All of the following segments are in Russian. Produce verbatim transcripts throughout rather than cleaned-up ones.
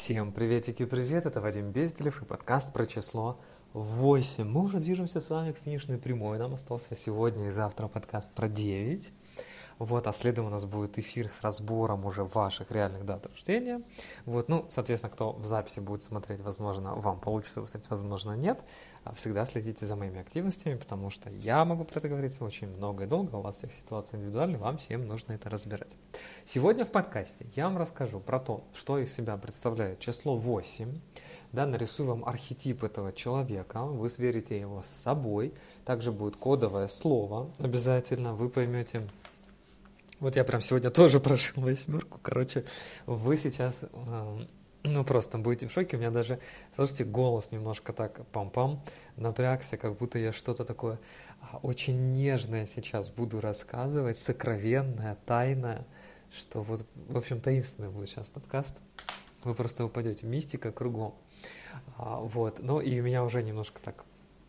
Всем приветики, привет, это Вадим Безделев и подкаст про число восемь. Мы уже движемся с вами к финишной прямой, нам остался сегодня и завтра подкаст про девять. Вот, а следом у нас будет эфир с разбором уже ваших реальных дат рождения. Вот, ну, соответственно, кто в записи будет смотреть, возможно, вам получится высмотреть, возможно, нет. Всегда следите за моими активностями, потому что я могу про это говорить очень много и долго, у вас всех ситуаций индивидуальны, вам всем нужно это разбирать. Сегодня в подкасте я вам расскажу про то, что из себя представляет число восемь, да, нарисую вам архетип этого человека, вы сверите его с собой, также будет кодовое слово, обязательно вы поймете. Вот я прям сегодня тоже прошел восьмерку, короче, вы сейчас, э, ну просто будете в шоке, у меня даже, слушайте, голос немножко так пам-пам напрягся, как будто я что-то такое очень нежное сейчас буду рассказывать, сокровенное, тайное, что вот, в общем, таинственный будет сейчас подкаст, вы просто упадете, мистика кругом, а, вот, ну и меня уже немножко так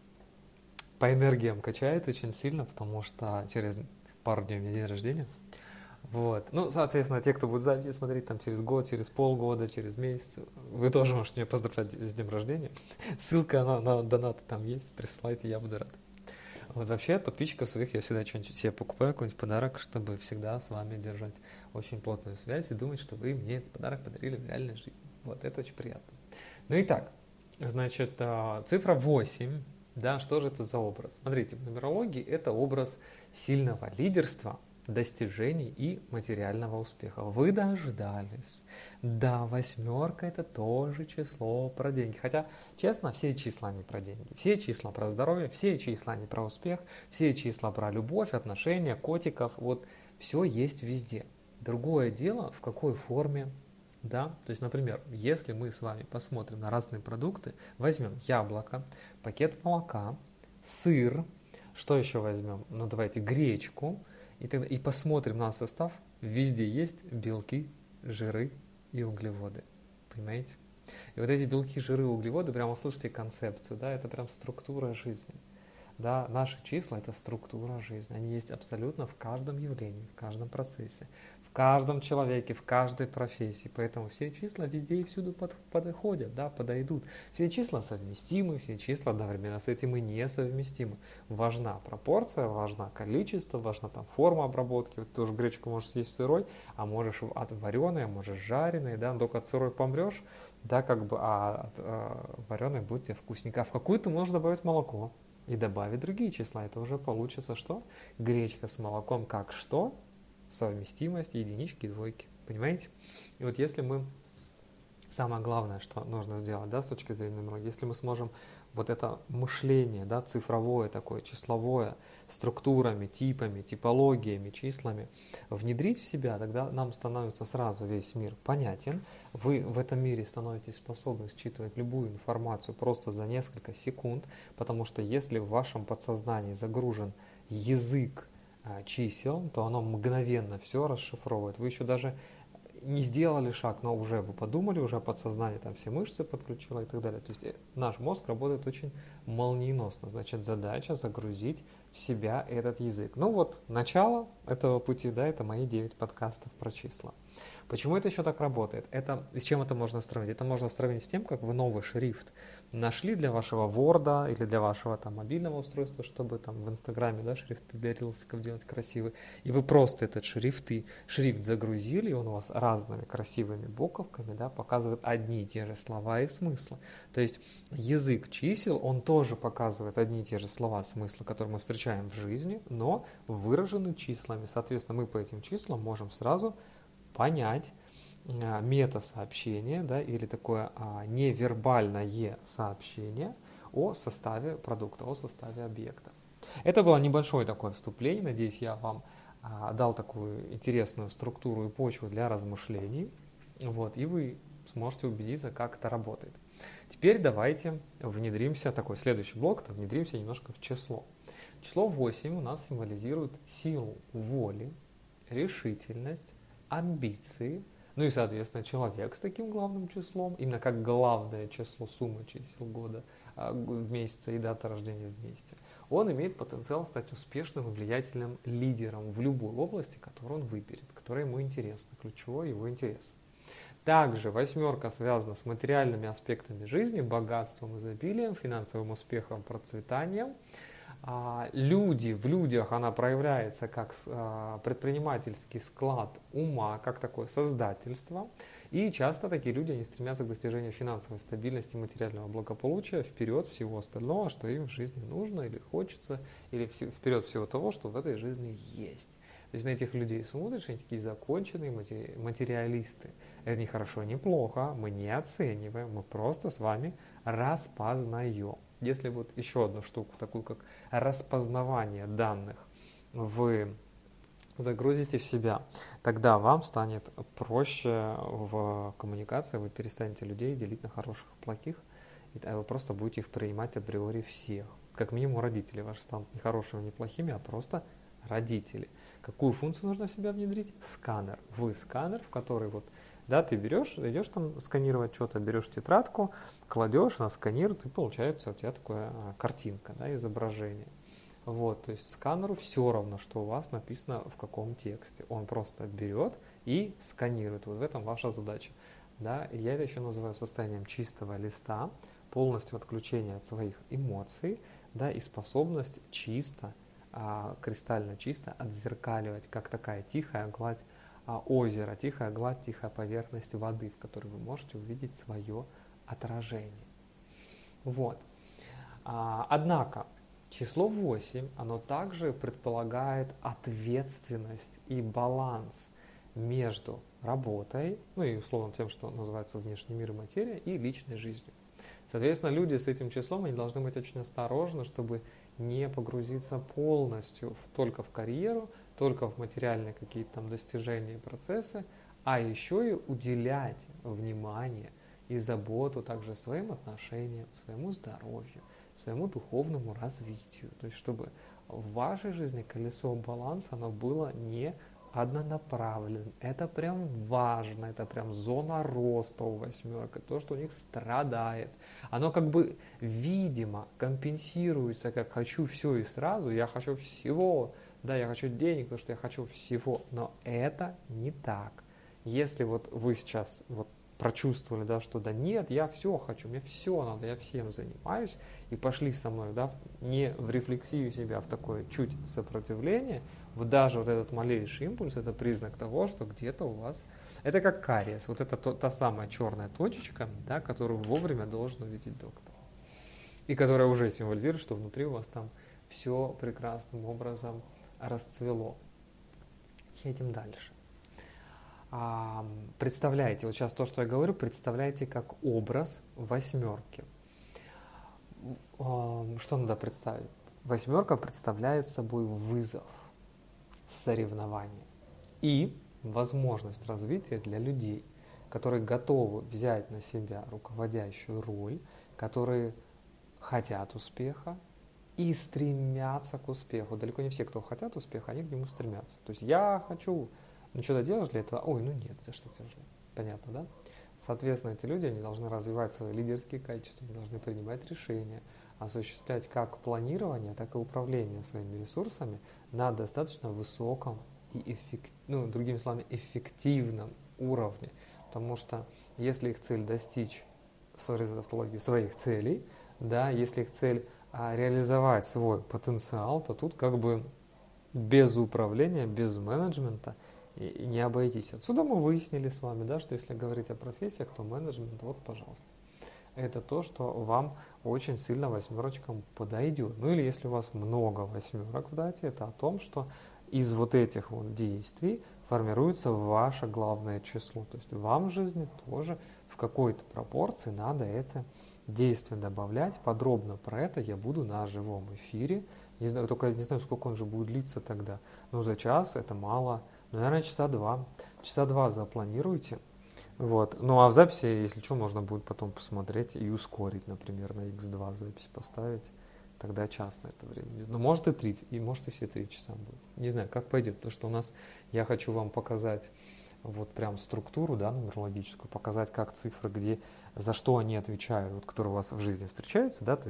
по энергиям качает очень сильно, потому что через пару дней у меня день рождения. Вот. Ну, соответственно, те, кто будет сзади смотреть там через год, через полгода, через месяц, вы тоже можете меня поздравлять с днем рождения. Ссылка на, на донаты там есть, присылайте, я буду рад. Вот вообще от подписчиков своих я всегда что-нибудь себе покупаю, какой-нибудь подарок, чтобы всегда с вами держать очень плотную связь и думать, что вы мне этот подарок подарили в реальной жизни. Вот, это очень приятно. Ну и так, значит, цифра восемь, да, что же это за образ? Смотрите, в нумерологии это образ сильного лидерства, достижений и материального успеха. Вы дождались. Да, восьмерка это тоже число про деньги. Хотя, честно, все числа не про деньги. Все числа про здоровье, все числа не про успех, все числа про любовь, отношения, котиков. Вот все есть везде. Другое дело, в какой форме. Да? То есть, например, если мы с вами посмотрим на разные продукты, возьмем яблоко, пакет молока, сыр, что еще возьмем? Ну, давайте гречку. И, тогда, и посмотрим на состав, везде есть белки, жиры и углеводы, понимаете? И вот эти белки, жиры и углеводы, прямо услышите концепцию, да, это прям структура жизни. Да, наши числа – это структура жизни, они есть абсолютно в каждом явлении, в каждом процессе, в каждом человеке, в каждой профессии, поэтому все числа везде и всюду под, подходят, да, подойдут. Все числа совместимы, все числа одновременно с этим и несовместимы. Важна пропорция, важна количество, важна там форма обработки. Вот ты уже гречку можешь съесть сырой, а можешь от вареной, а можешь жареной, да, но только от сырой помрешь, да, как бы, а от э, вареной будет тебе вкусненько. А в какую-то можно добавить молоко и добавить другие числа. Это уже получится что? Гречка с молоком как что? Совместимость единички и двойки. Понимаете? И вот если мы, самое главное, что нужно сделать, да, с точки зрения нумерологии, если мы сможем вот это мышление, да, цифровое такое, числовое, структурами, типами, типологиями, числами внедрить в себя, тогда нам становится сразу весь мир понятен. Вы в этом мире становитесь способны считывать любую информацию просто за несколько секунд, потому что если в вашем подсознании загружен язык чисел, то оно мгновенно все расшифровывает. Вы еще даже не сделали шаг, но уже вы подумали, уже подсознание там все мышцы подключило и так далее. То есть наш мозг работает очень молниеносно. Значит, задача загрузить в себя этот язык. Ну вот, начало этого пути, да, это мои девять подкастов про числа. Почему это еще так работает? Это, с чем это можно сравнить? Это можно сравнить с тем, как вы новый шрифт нашли для вашего Word или для вашего там, мобильного устройства, чтобы там в Инстаграме, да, шрифты для рилсиков делать красивые. И вы просто этот шрифты, шрифт загрузили, и он у вас разными красивыми буковками, да, показывает одни и те же слова и смыслы. То есть язык чисел, он тоже показывает одни и те же слова, смыслы, которые мы встречаем в жизни, но выражены числами. Соответственно, мы по этим числам можем сразу понять а, мета-сообщение, да, или такое а, невербальное сообщение о составе продукта, о составе объекта. Это было небольшое такое вступление, надеюсь, я вам а, дал такую интересную структуру и почву для размышлений, вот, и вы сможете убедиться, как это работает. Теперь давайте внедримся, такой следующий блок, то внедримся немножко в число. Число восемь у нас символизирует силу воли, решительность, амбиции, ну и, соответственно, человек с таким главным числом, именно как главное число суммы чисел года, месяца и дата рождения вместе, он имеет потенциал стать успешным и влиятельным лидером в любой области, которую он выберет, которая ему интересна, ключевой его интерес. Также восьмерка связана с материальными аспектами жизни, богатством, изобилием, финансовым успехом, процветанием. Люди, в людях она проявляется как предпринимательский склад ума, как такое создательство. И часто такие люди, они стремятся к достижению финансовой стабильности, материального благополучия вперед всего остального, что им в жизни нужно или хочется, или вперед всего того, что в этой жизни есть. То есть на этих людей смотришь, они такие законченные материалисты. Это не хорошо, не плохо, мы не оцениваем, мы просто с вами распознаем. Если вот еще одну штуку, такую как распознавание данных, вы загрузите в себя, тогда вам станет проще в коммуникации, вы перестанете людей делить на хороших и плохих, и вы просто будете их принимать априори всех. Как минимум родители ваши станут не хорошими, не плохими, а просто родители. Какую функцию нужно в себя внедрить? Сканер. Вы сканер, в который вот, да, ты берешь, идешь там сканировать что-то, берешь тетрадку, кладешь, она сканирует, и получается у тебя такая картинка, да, изображение. Вот, то есть сканеру все равно, что у вас написано в каком тексте. Он просто берет и сканирует. Вот в этом ваша задача. Да? И я это еще называю состоянием чистого листа, полностью отключение от своих эмоций, да, и способность чисто, а, кристально чисто отзеркаливать, как такая тихая гладь а, озера, тихая гладь, тихая поверхность воды, в которой вы можете увидеть свое отражение. Вот. А, однако, число восемь, оно также предполагает ответственность и баланс между работой, ну и условно тем, что называется внешний мир и материя, и личной жизнью. Соответственно, люди с этим числом, они должны быть очень осторожны, чтобы не погрузиться полностью в, только в карьеру, только в материальные какие-то там достижения и процессы, а еще и уделять внимание и заботу также своим отношениям, своему здоровью, своему духовному развитию. То есть, чтобы в вашей жизни колесо баланса, оно было не однонаправленным. Это прям важно, это прям зона роста у восьмерок, то, что у них страдает. Оно как бы, видимо, компенсируется, как хочу все и сразу, я хочу всего, да, я хочу денег, потому что я хочу всего, но это не так. Если вот вы сейчас вот прочувствовали, да, что да нет, я все хочу, мне все надо, я всем занимаюсь, и пошли со мной, да, не в рефлексию себя, в такое чуть сопротивление, вот даже вот этот малейший импульс, это признак того, что где-то у вас, это как кариес, вот это то, та самая черная точечка, да, которую вовремя должен увидеть доктор, и которая уже символизирует, что внутри у вас там все прекрасным образом расцвело. Едем дальше. Представляете, вот сейчас то, что я говорю, представляете как образ восьмерки. Что надо представить? Восьмерка представляет собой вызов, соревнование и возможность развития для людей, которые готовы взять на себя руководящую роль, которые хотят успеха и стремятся к успеху. Далеко не все, кто хотят успеха, они к нему стремятся. То есть я хочу... Ну, что-то делаешь для этого? Ой, ну нет, это что тяжело. Понятно, да? Соответственно, эти люди, они должны развивать свои лидерские качества, они должны принимать решения, осуществлять как планирование, так и управление своими ресурсами на достаточно высоком и эффект, ну, другими словами, эффективном уровне. Потому что если их цель достичь своих целей, да, если их цель а, реализовать свой потенциал, то тут как бы без управления, без менеджмента и не обойтись. Отсюда мы выяснили с вами, да, что если говорить о профессиях, то менеджмент, вот, пожалуйста. Это то, что вам очень сильно восьмерочкам подойдет. Ну или если у вас много восьмерок в дате, это о том, что из вот этих вот действий формируется ваше главное число. То есть вам в жизни тоже в какой-то пропорции надо это действие добавлять. Подробно про это я буду на живом эфире. Не знаю, только не знаю, сколько он же будет длиться тогда. Но за час это мало. Ну, наверное, часа два. Часа два запланируйте. Вот. Ну, а в записи, если что, можно будет потом посмотреть и ускорить, например, на икс два запись поставить. Тогда час на это время идет. Ну, может и три, и может и все три часа будет. Не знаю, как пойдет. Потому что у нас, я хочу вам показать вот прям структуру, да, нумерологическую, показать, как цифры, где, за что они отвечают, вот, которые у вас в жизни встречаются, да, то есть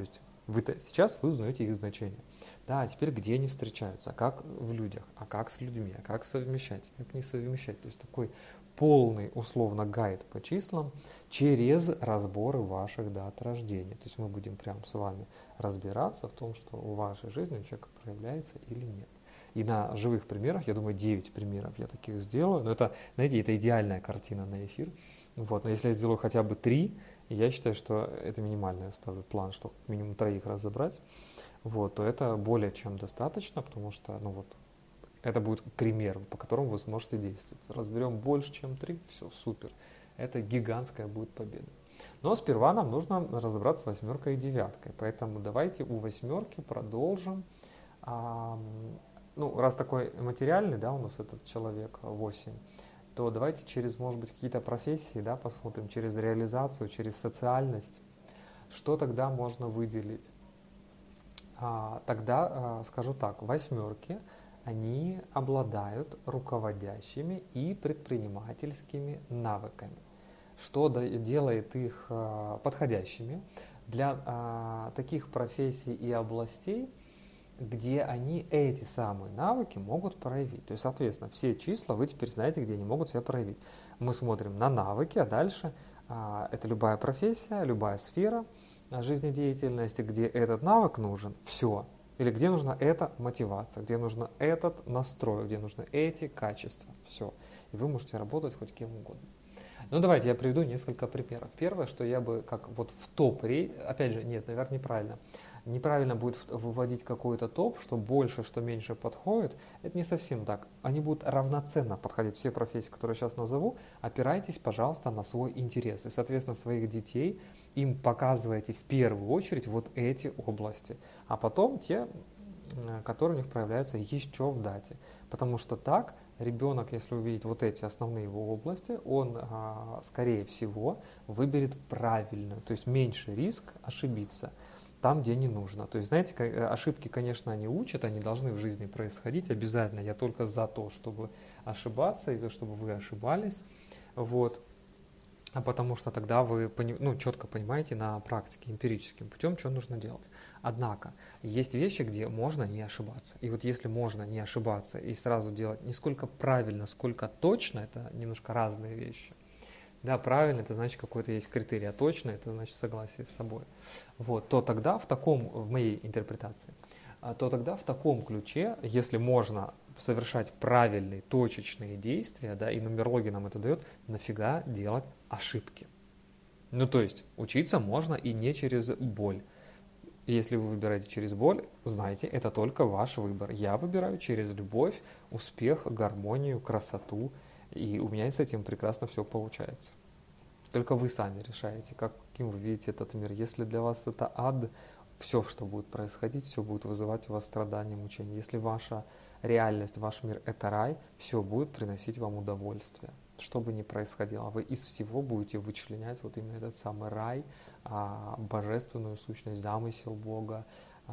Вы-то сейчас вы узнаете их значение. Да, а теперь где они встречаются, а как в людях, а как с людьми, а как совмещать, как не совмещать. То есть такой полный, условно, гайд по числам через разборы ваших дат рождения. То есть мы будем прям с вами разбираться в том, что в вашей жизни у человека проявляется или нет. И на живых примерах, я думаю, девять примеров я таких сделаю. Но это, знаете, это идеальная картина на эфир. Вот. Но если я сделаю хотя бы три, я считаю, что это минимальный ставлю план, чтобы минимум троих разобрать, вот, то это более чем достаточно, потому что, ну вот, это будет пример, по которому вы сможете действовать. Разберем больше, чем три, все, супер. Это гигантская будет победа. Но сперва нам нужно разобраться с восьмеркой и девяткой. Поэтому давайте у восьмерки продолжим. А, ну, раз такой материальный, да, у нас этот человек восемь, то давайте через, может быть, какие-то профессии, да, посмотрим, через реализацию, через социальность. Что тогда можно выделить? А, тогда а, скажу так, восьмерки, они обладают руководящими и предпринимательскими навыками, что делает их а, подходящими для а, таких профессий и областей, где они эти самые навыки могут проявить. То есть, соответственно, все числа вы теперь знаете, где они могут себя проявить. Мы смотрим на навыки, а дальше а, это любая профессия, любая сфера жизнедеятельности, где этот навык нужен, все. Или где нужна эта мотивация, где нужно этот настрой, где нужны эти качества, все. И вы можете работать хоть кем угодно. Ну, давайте я приведу несколько примеров. Первое, что я бы как вот в топ, опять же, нет, наверное, неправильно. Неправильно будет выводить какой-то топ, что больше, что меньше подходит. Это не совсем так. Они будут равноценно подходить. Все профессии, которые я сейчас назову, опирайтесь, пожалуйста, на свой интерес. И, соответственно, своих детей им показывайте в первую очередь вот эти области. А потом те, которые у них проявляются еще в дате. Потому что так ребенок, если увидит вот эти основные его области, он, скорее всего, выберет правильную. То есть меньше риск ошибиться там, где не нужно. То есть, знаете, ошибки, конечно, они учат, они должны в жизни происходить обязательно. Я только за то, чтобы ошибаться, и то, чтобы вы ошибались. Вот. А потому что тогда вы ну, четко понимаете на практике, эмпирическим путем, что нужно делать. Однако, есть вещи, где можно не ошибаться. И вот если можно не ошибаться и сразу делать не сколько правильно, сколько точно, это немножко разные вещи. Да, правильно, это значит какой-то есть критерий, а точно, это значит согласие с собой. Вот, то тогда в таком, в моей интерпретации, то тогда в таком ключе, если можно совершать правильные, точечные действия, да, и нумерология нам это дает, нафига делать ошибки? Ну, то есть, учиться можно и не через боль. Если вы выбираете через боль, знайте, это только ваш выбор. Я выбираю через любовь, успех, гармонию, красоту, и у меня с этим прекрасно все получается. Только вы сами решаете, каким вы видите этот мир. Если для вас это ад, все, что будет происходить, все будет вызывать у вас страдания, мучения. Если ваша реальность, ваш мир – это рай, все будет приносить вам удовольствие. Что бы ни происходило, вы из всего будете вычленять вот именно этот самый рай, божественную сущность, замысел Бога,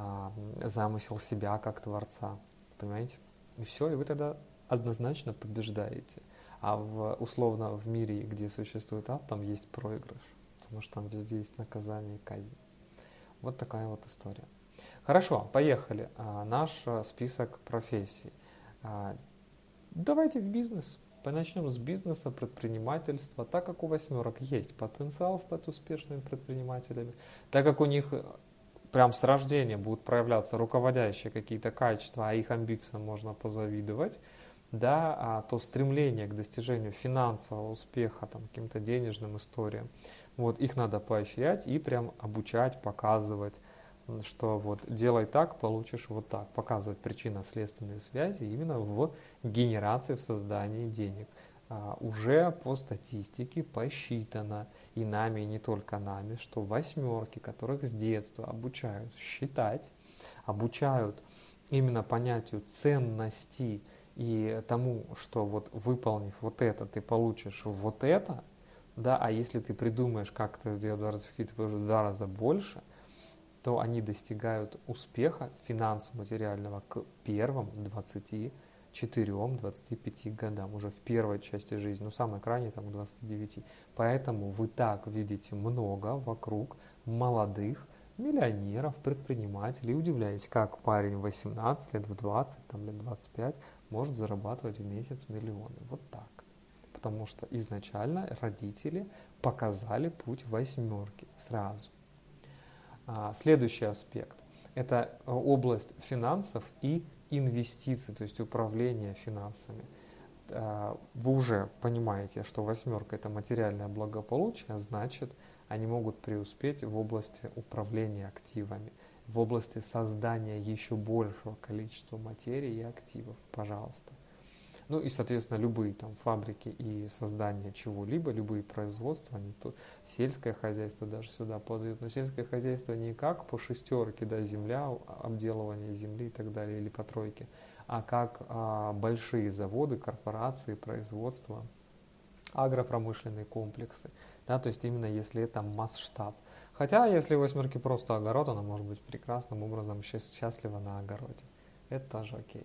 замысел себя как Творца. Понимаете? И все, и вы тогда однозначно побеждаете. А в, условно в мире, где существует ад, там есть проигрыш, потому что там везде есть наказание и казнь. Вот такая вот история. Хорошо, поехали. А, наш список профессий. А, давайте в бизнес. Начнем с бизнеса, предпринимательства. Так как у восьмерок есть потенциал стать успешными предпринимателями, так как у них прям с рождения будут проявляться руководящие какие-то качества, а их амбициям можно позавидовать, да, а то стремление к достижению финансового успеха, там, каким-то денежным историям, вот, их надо поощрять и прям обучать, показывать, что вот делай так, получишь вот так, показывать причинно-следственные связи именно в генерации, в создании денег. А, уже по статистике посчитано и нами, и не только нами, что восьмерки, которых с детства обучают считать, обучают именно понятию ценности и тому, что вот выполнив вот это, ты получишь вот это, да, а если ты придумаешь, как это сделать в два раза, ты получишь в два раза больше, то они достигают успеха финансово-материального к первым двадцати четырем — двадцати пяти годам, уже в первой части жизни, ну, самое крайнее там к двадцати девяти. Поэтому вы так видите много вокруг молодых, миллионеров, предпринимателей. Удивляюсь, как парень в восемнадцать лет, в двадцать, там, лет двадцать пять может зарабатывать в месяц миллионы. Вот так. Потому что изначально родители показали путь восьмерки сразу. А, следующий аспект – это область финансов и инвестиций, то есть управления финансами. А, вы уже понимаете, что восьмерка – это материальное благополучие, значит, они могут преуспеть в области управления активами, в области создания еще большего количества материи и активов, пожалуйста. Ну и, соответственно, любые там фабрики и создание чего-либо, любые производства, они тут, сельское хозяйство даже сюда подают, но сельское хозяйство не как по шестерке, да, земля, обделывание земли и так далее, или по тройке, а как а, большие заводы, корпорации, производства, агропромышленные комплексы, да, то есть именно если это масштаб. Хотя, если у восьмерки просто огород, она может быть прекрасным образом счастлива на огороде. Это тоже окей.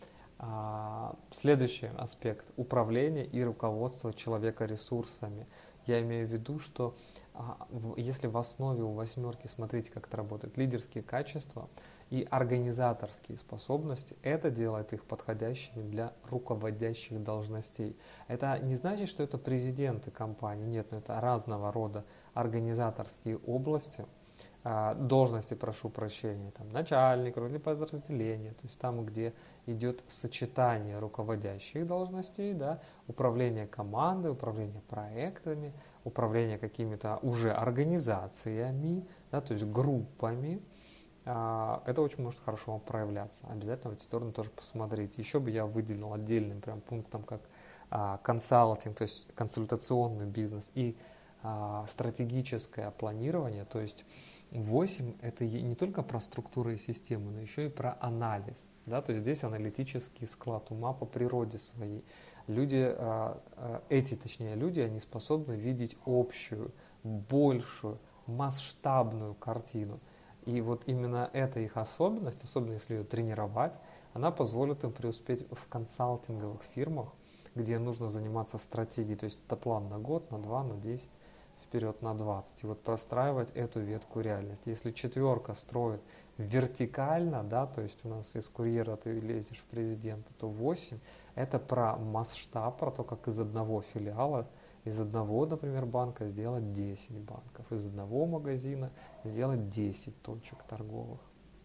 А, следующий аспект – управление и руководство человека ресурсами. Я имею в виду, что а, в, если в основе у восьмерки, смотрите, как это работает, лидерские качества и организаторские способности, это делает их подходящими для руководящих должностей. Это не значит, что это президенты компании, нет, но это разного рода организаторские области, должности, прошу прощения, там, начальник, или подразделения, то есть там, где идет сочетание руководящих должностей, да, управление командой, управление проектами, управление какими-то уже организациями, да, то есть группами. Это очень может хорошо проявляться. Обязательно в эти стороны тоже посмотрите. Еще бы я выделил отдельным прям пунктом, как консалтинг, то есть консультационный бизнес и стратегическое планирование, то есть восемь – это не только про структуры и системы, но еще и про анализ. Да? То есть здесь аналитический склад ума по природе своей. Люди, эти, точнее, люди, они способны видеть общую, большую, масштабную картину. И вот именно эта их особенность, особенно если ее тренировать, она позволит им преуспеть в консалтинговых фирмах, где нужно заниматься стратегией. То есть это план на год, на два, на десять, вперед на двадцать. И вот простраивать эту ветку реальности. Если четверка строит вертикально, да, то есть у нас из курьера ты лезешь в президента, то восемь это про масштаб, про то, как из одного филиала, из одного, например, банка сделать десять банков, из одного магазина сделать десять точек торговых.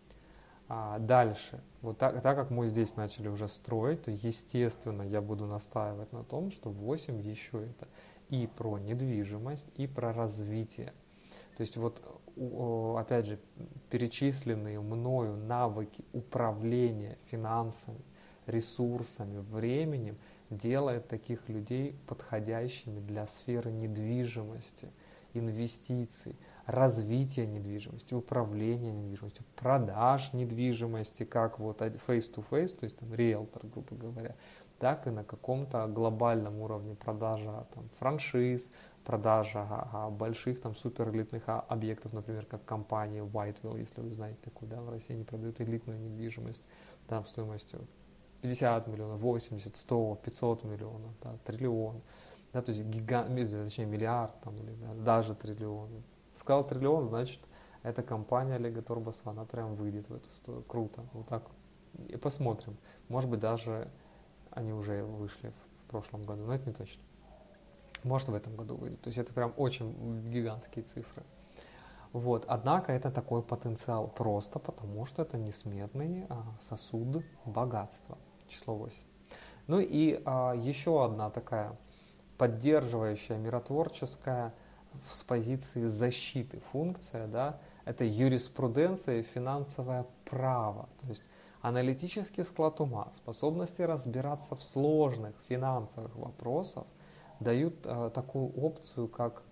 А дальше, вот так, так как мы здесь начали уже строить, то, естественно, я буду настаивать на том, что восемь еще это и про недвижимость, и про развитие. То есть вот, опять же, перечисленные мною навыки управления финансами, ресурсами, временем делает таких людей подходящими для сферы недвижимости, инвестиций, развития недвижимости, управления недвижимостью, продаж недвижимости, как вот face-to-face, то есть там риэлтор, грубо говоря, так и на каком-то глобальном уровне продажа там, франшиз, продажа а, больших там суперэлитных а, объектов, например, как компания Whitewell, если вы знаете такую, да, в России они продают элитную недвижимость, там стоимостью пятьдесят миллионов, восемьдесят, сто, пятьсот миллионов, да, триллион, да, то есть гигант, точнее миллиард там, или да, даже триллион. Сказал триллион, значит, эта компания Олега Торбаса, она прям выйдет в эту сторону. Круто, вот так. И посмотрим. Может быть, даже они уже вышли в, в прошлом году, но это не точно. Может, в этом году выйдет. То есть это прям очень гигантские цифры. Вот. Однако это такой потенциал просто потому, что это несметный а, сосуд богатства, число восемь. Ну и а, еще одна такая поддерживающая, миротворческая с позиции защиты функция, да, это юриспруденция и финансовое право. То есть аналитический склад ума, способности разбираться в сложных финансовых вопросах дают а, такую опцию, как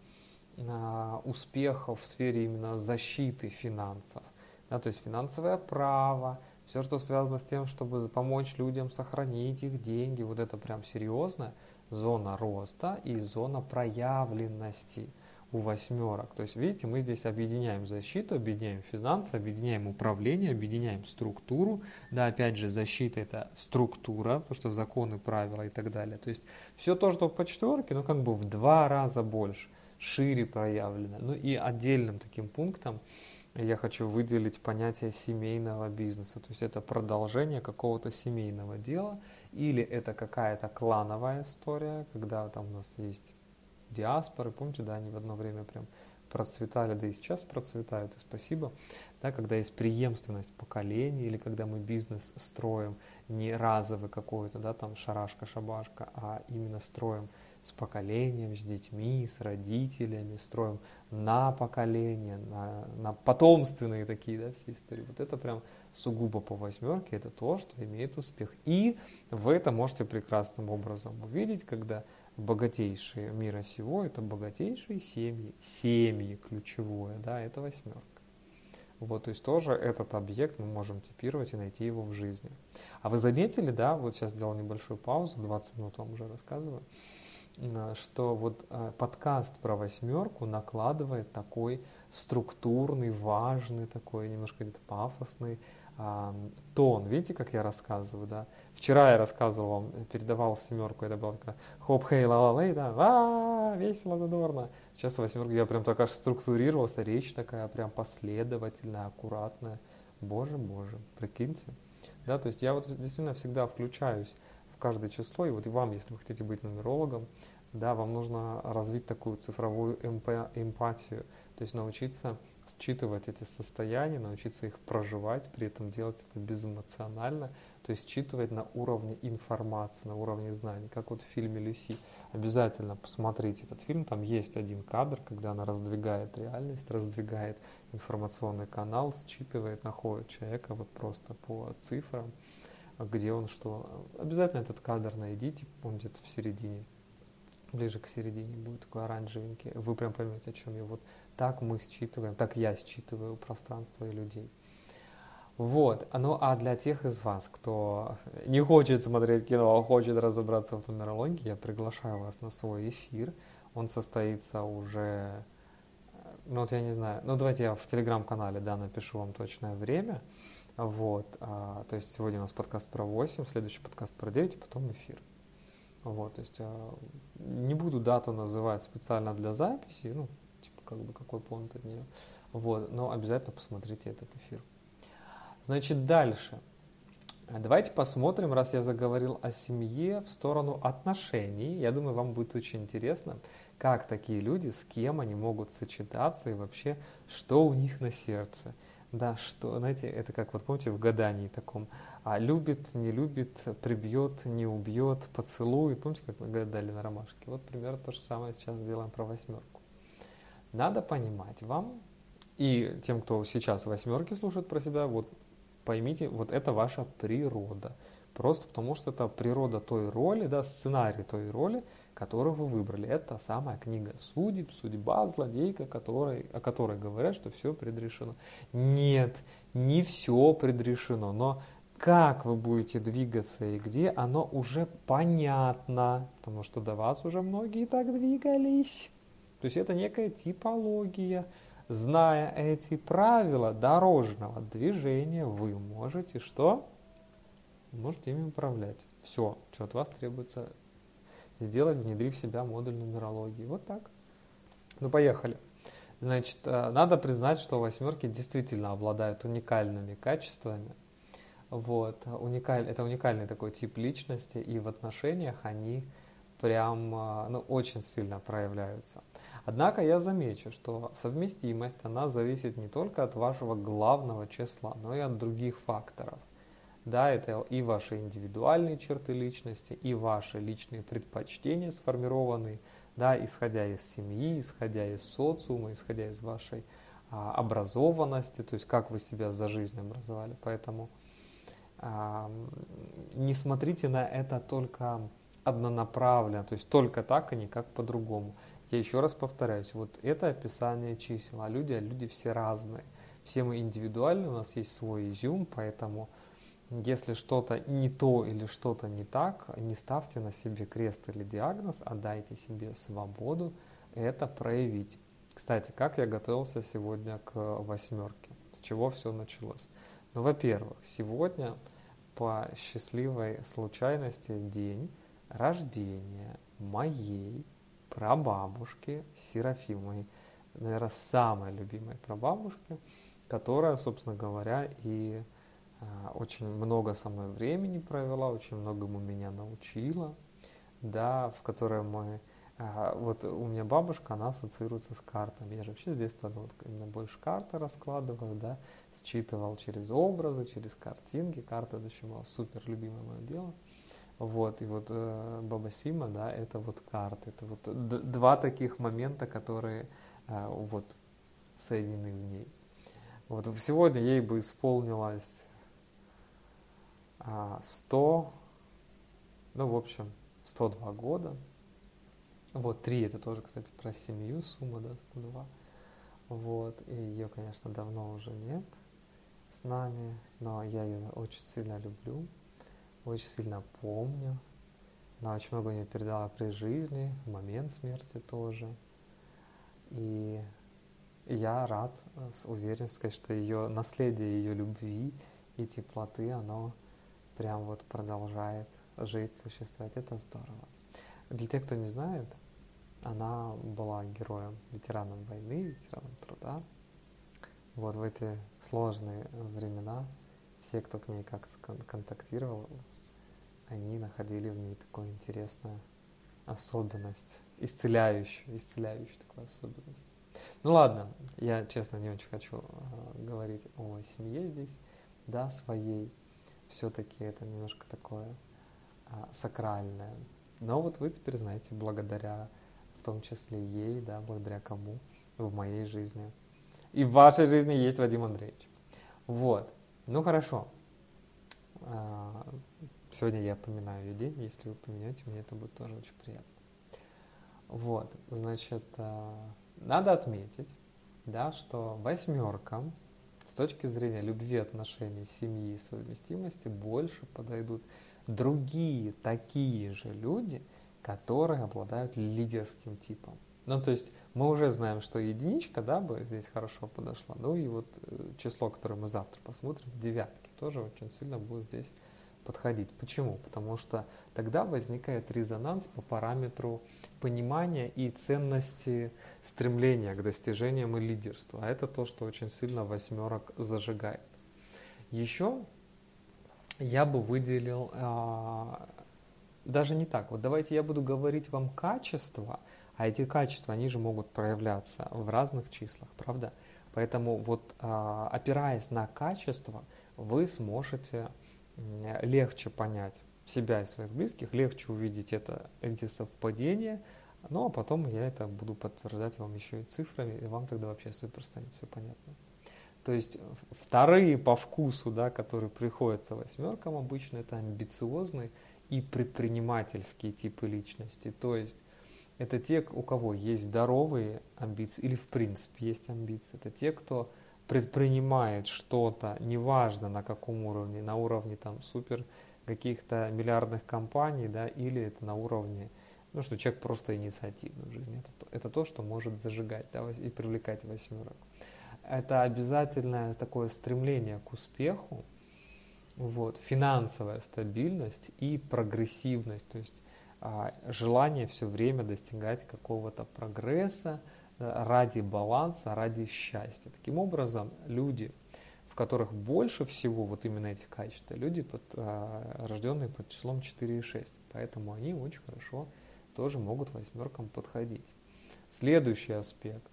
а, успеха в сфере именно защиты финансов. Да, то есть финансовое право, все, что связано с тем, чтобы помочь людям сохранить их деньги, вот это прям серьезная зона роста и зона проявленности у восьмерок. То есть, видите, мы здесь объединяем защиту, объединяем финансы, объединяем управление, объединяем структуру. Да, опять же, защита – это структура, потому что законы, правила и так далее. То есть, все то, что по четверке, ну, как бы в два раза больше, шире проявлено. Ну, и отдельным таким пунктом я хочу выделить понятие семейного бизнеса. То есть это продолжение какого-то семейного дела, или это какая-то клановая история, когда там у нас есть диаспоры, помните, да, они в одно время прям процветали, да и сейчас процветают, и спасибо, да, когда есть преемственность поколений, или когда мы бизнес строим не разовый какой-то, да, там шарашка-шабашка, а именно строим с поколением, с детьми, с родителями, строим на поколение, на, на потомственные такие, да, все истории. Вот это прям сугубо по восьмерке, это то, что имеет успех. И вы это можете прекрасным образом увидеть, когда богатейшие мира сего — это богатейшие семьи. Семьи ключевое, да, это восьмерка. Вот, то есть тоже этот объект мы можем типировать и найти его в жизни. А вы заметили, да, вот сейчас сделал небольшую паузу, двадцать минут вам уже рассказываю, что вот подкаст про восьмерку накладывает такой структурный, важный, такой немножко где-то пафосный а, тон. Видите, как я рассказываю, да? Вчера я рассказывал вам, передавал семерку, это было такая хоп, хей, ла ла лей, да, а, весело, задорно. Сейчас восьмерку я прям так аж структурировался, речь такая прям последовательная, аккуратная. Боже, боже, прикиньте. Да, то есть я вот действительно всегда включаюсь в каждое число, и вот и вам, если вы хотите быть нумерологом, да, вам нужно развить такую цифровую эмпатию, то есть научиться считывать эти состояния, научиться их проживать, при этом делать это безэмоционально, то есть считывать на уровне информации, на уровне знаний, как вот в фильме «Люси». Обязательно посмотрите этот фильм, там есть один кадр, когда она раздвигает реальность, раздвигает информационный канал, считывает, находит человека вот просто по цифрам, где он что. Обязательно этот кадр найдите, он где-то в середине, ближе к середине будет такой оранжевенький, вы прям поймете, о чем я. Вот так мы считываем, так я считываю пространство и людей. Вот, ну а для тех из вас, кто не хочет смотреть кино, а хочет разобраться в нумерологии, я приглашаю вас на свой эфир. Он состоится уже, ну вот я не знаю, ну давайте я в телеграм-канале, да, напишу вам точное время. Вот, а, то есть сегодня у нас подкаст про восемь, следующий подкаст про девять, и потом эфир. Вот, то есть а, не буду дату называть специально для записи, ну, типа как бы какой пункт от нее. Вот, но обязательно посмотрите этот эфир. Значит, дальше. Давайте посмотрим, раз я заговорил о семье, в сторону отношений. Я думаю, вам будет очень интересно, как такие люди, с кем они могут сочетаться и вообще, что у них на сердце. Да, что, знаете, это как, вот помните, в гадании таком, а, любит, не любит, прибьет, не убьет, поцелует. Помните, как мы гадали на ромашке? Вот примерно то же самое сейчас делаем про восьмерку. Надо понимать вам, и тем, кто сейчас восьмерки слушает про себя, вот поймите, вот это ваша природа. Просто потому, что это природа той роли, да, сценарий той роли, которую вы выбрали. Это самая книга судеб, судьба, злодейка, которой, о которой говорят, что все предрешено. Нет, не все предрешено, но как вы будете двигаться и где, оно уже понятно, потому что до вас уже многие так двигались. То есть это некая типология. Зная эти правила дорожного движения, вы можете что? Можете ими управлять. Все, что от вас требуется сделать, внедрив в себя модуль нумерологии. Вот так. Ну, поехали. Значит, надо признать, что восьмерки действительно обладают уникальными качествами. Вот. Уникаль... Это уникальный такой тип личности, и в отношениях они прям, ну, очень сильно проявляются. Однако я замечу, что совместимость, она зависит не только от вашего главного числа, но и от других факторов. Да, это и ваши индивидуальные черты личности, и ваши личные предпочтения сформированные, да, исходя из семьи, исходя из социума, исходя из вашей а, образованности, то есть как вы себя за жизнь образовали. Поэтому а, не смотрите на это только однонаправленно, то есть только так, а никак по-другому. Я еще раз повторяюсь, вот это описание чисел, а люди, а люди все разные. Все мы индивидуальны, у нас есть свой изюм, поэтому если что-то не то или что-то не так, не ставьте на себе крест или диагноз, а дайте себе свободу это проявить. Кстати, как я готовился сегодня к восьмерке? С чего все началось? Ну, во-первых, сегодня по счастливой случайности день рождения моей прабабушки Серафимы, наверное, самой любимой прабабушки. которая, собственно говоря, и а, очень много со мной времени провела, очень многому меня научила, да, с которой мы... а, вот у меня бабушка, она ассоциируется с картами. Я же вообще с детства ну, вот, именно больше карты раскладываю, да, считывал через образы, через картинки. Карта это еще было супер любимое мое дело. Вот, и вот э, Баба Сима, да, это вот карты. Это вот д- два таких момента, которые э, вот соединены в ней. Вот сегодня ей бы исполнилось а, сто, ну, в общем, сто два года. Вот, три это тоже, кстати, про семью, сумма, да, сто два. Вот, и ее, конечно, давно уже нет с нами, но я ее очень сильно люблю, очень сильно помню. Она очень много мне передала при жизни, в момент смерти тоже. И я рад с уверенностью сказать, что ее наследие, ее любви и теплоты, оно прям вот продолжает жить, существовать. Это здорово. Для тех, кто не знает, она была героем, ветераном войны, ветераном труда. Вот в эти сложные времена все, кто к ней как-то контактировал, они находили в ней такую интересную особенность, исцеляющую, исцеляющую такую особенность. Ну ладно, я, честно, не очень хочу э, говорить о семье здесь, да, своей. Все-таки это немножко такое э, сакральное. Но вот вы теперь знаете, благодаря, в том числе ей, да, благодаря кому в моей жизни и в вашей жизни есть Вадим Андреевич. Вот, ну хорошо. Э, сегодня я поминаю ее день, если вы поминаете, мне это будет тоже очень приятно. Вот, значит, э, надо отметить, да, что восьмеркам с точки зрения любви, отношений, семьи и совместимости больше подойдут другие такие же люди, которые обладают лидерским типом. Ну, то есть мы уже знаем, что единичка, да, бы здесь хорошо подошла. Ну и вот число, которое мы завтра посмотрим, девятки, тоже очень сильно будет здесь подходить. Почему? Потому что тогда возникает резонанс по параметру понимания и ценности стремления к достижениям и лидерству. А это то, что очень сильно восьмерок зажигает. Еще я бы выделил, а, даже не так, вот давайте я буду говорить вам качества, а эти качества, они же могут проявляться в разных числах, правда? Поэтому вот а, опираясь на качество, вы сможете легче понять себя и своих близких, легче увидеть это, эти совпадения, ну а потом я это буду подтверждать вам еще и цифрами, и вам тогда вообще супер станет все понятно. То есть вторые по вкусу, да, которые приходятся восьмеркам обычно, это амбициозные и предпринимательские типы личности. То есть это те, у кого есть здоровые амбиции или в принципе есть амбиции. Это те, кто предпринимает что-то, неважно на каком уровне, на уровне там супер каких-то миллиардных компаний, да, или это на уровне, ну, что человек просто инициативный в жизни. Это, это то, что может зажигать, да, и привлекать восьмерок. Это обязательное такое стремление к успеху, вот, финансовая стабильность и прогрессивность, то есть а, желание все время достигать какого-то прогресса, ради баланса, ради счастья. Таким образом, люди, в которых больше всего вот именно этих качеств, люди, под, а, рожденные под числом четыре и шесть. Поэтому они очень хорошо тоже могут восьмеркам подходить. Следующий аспект.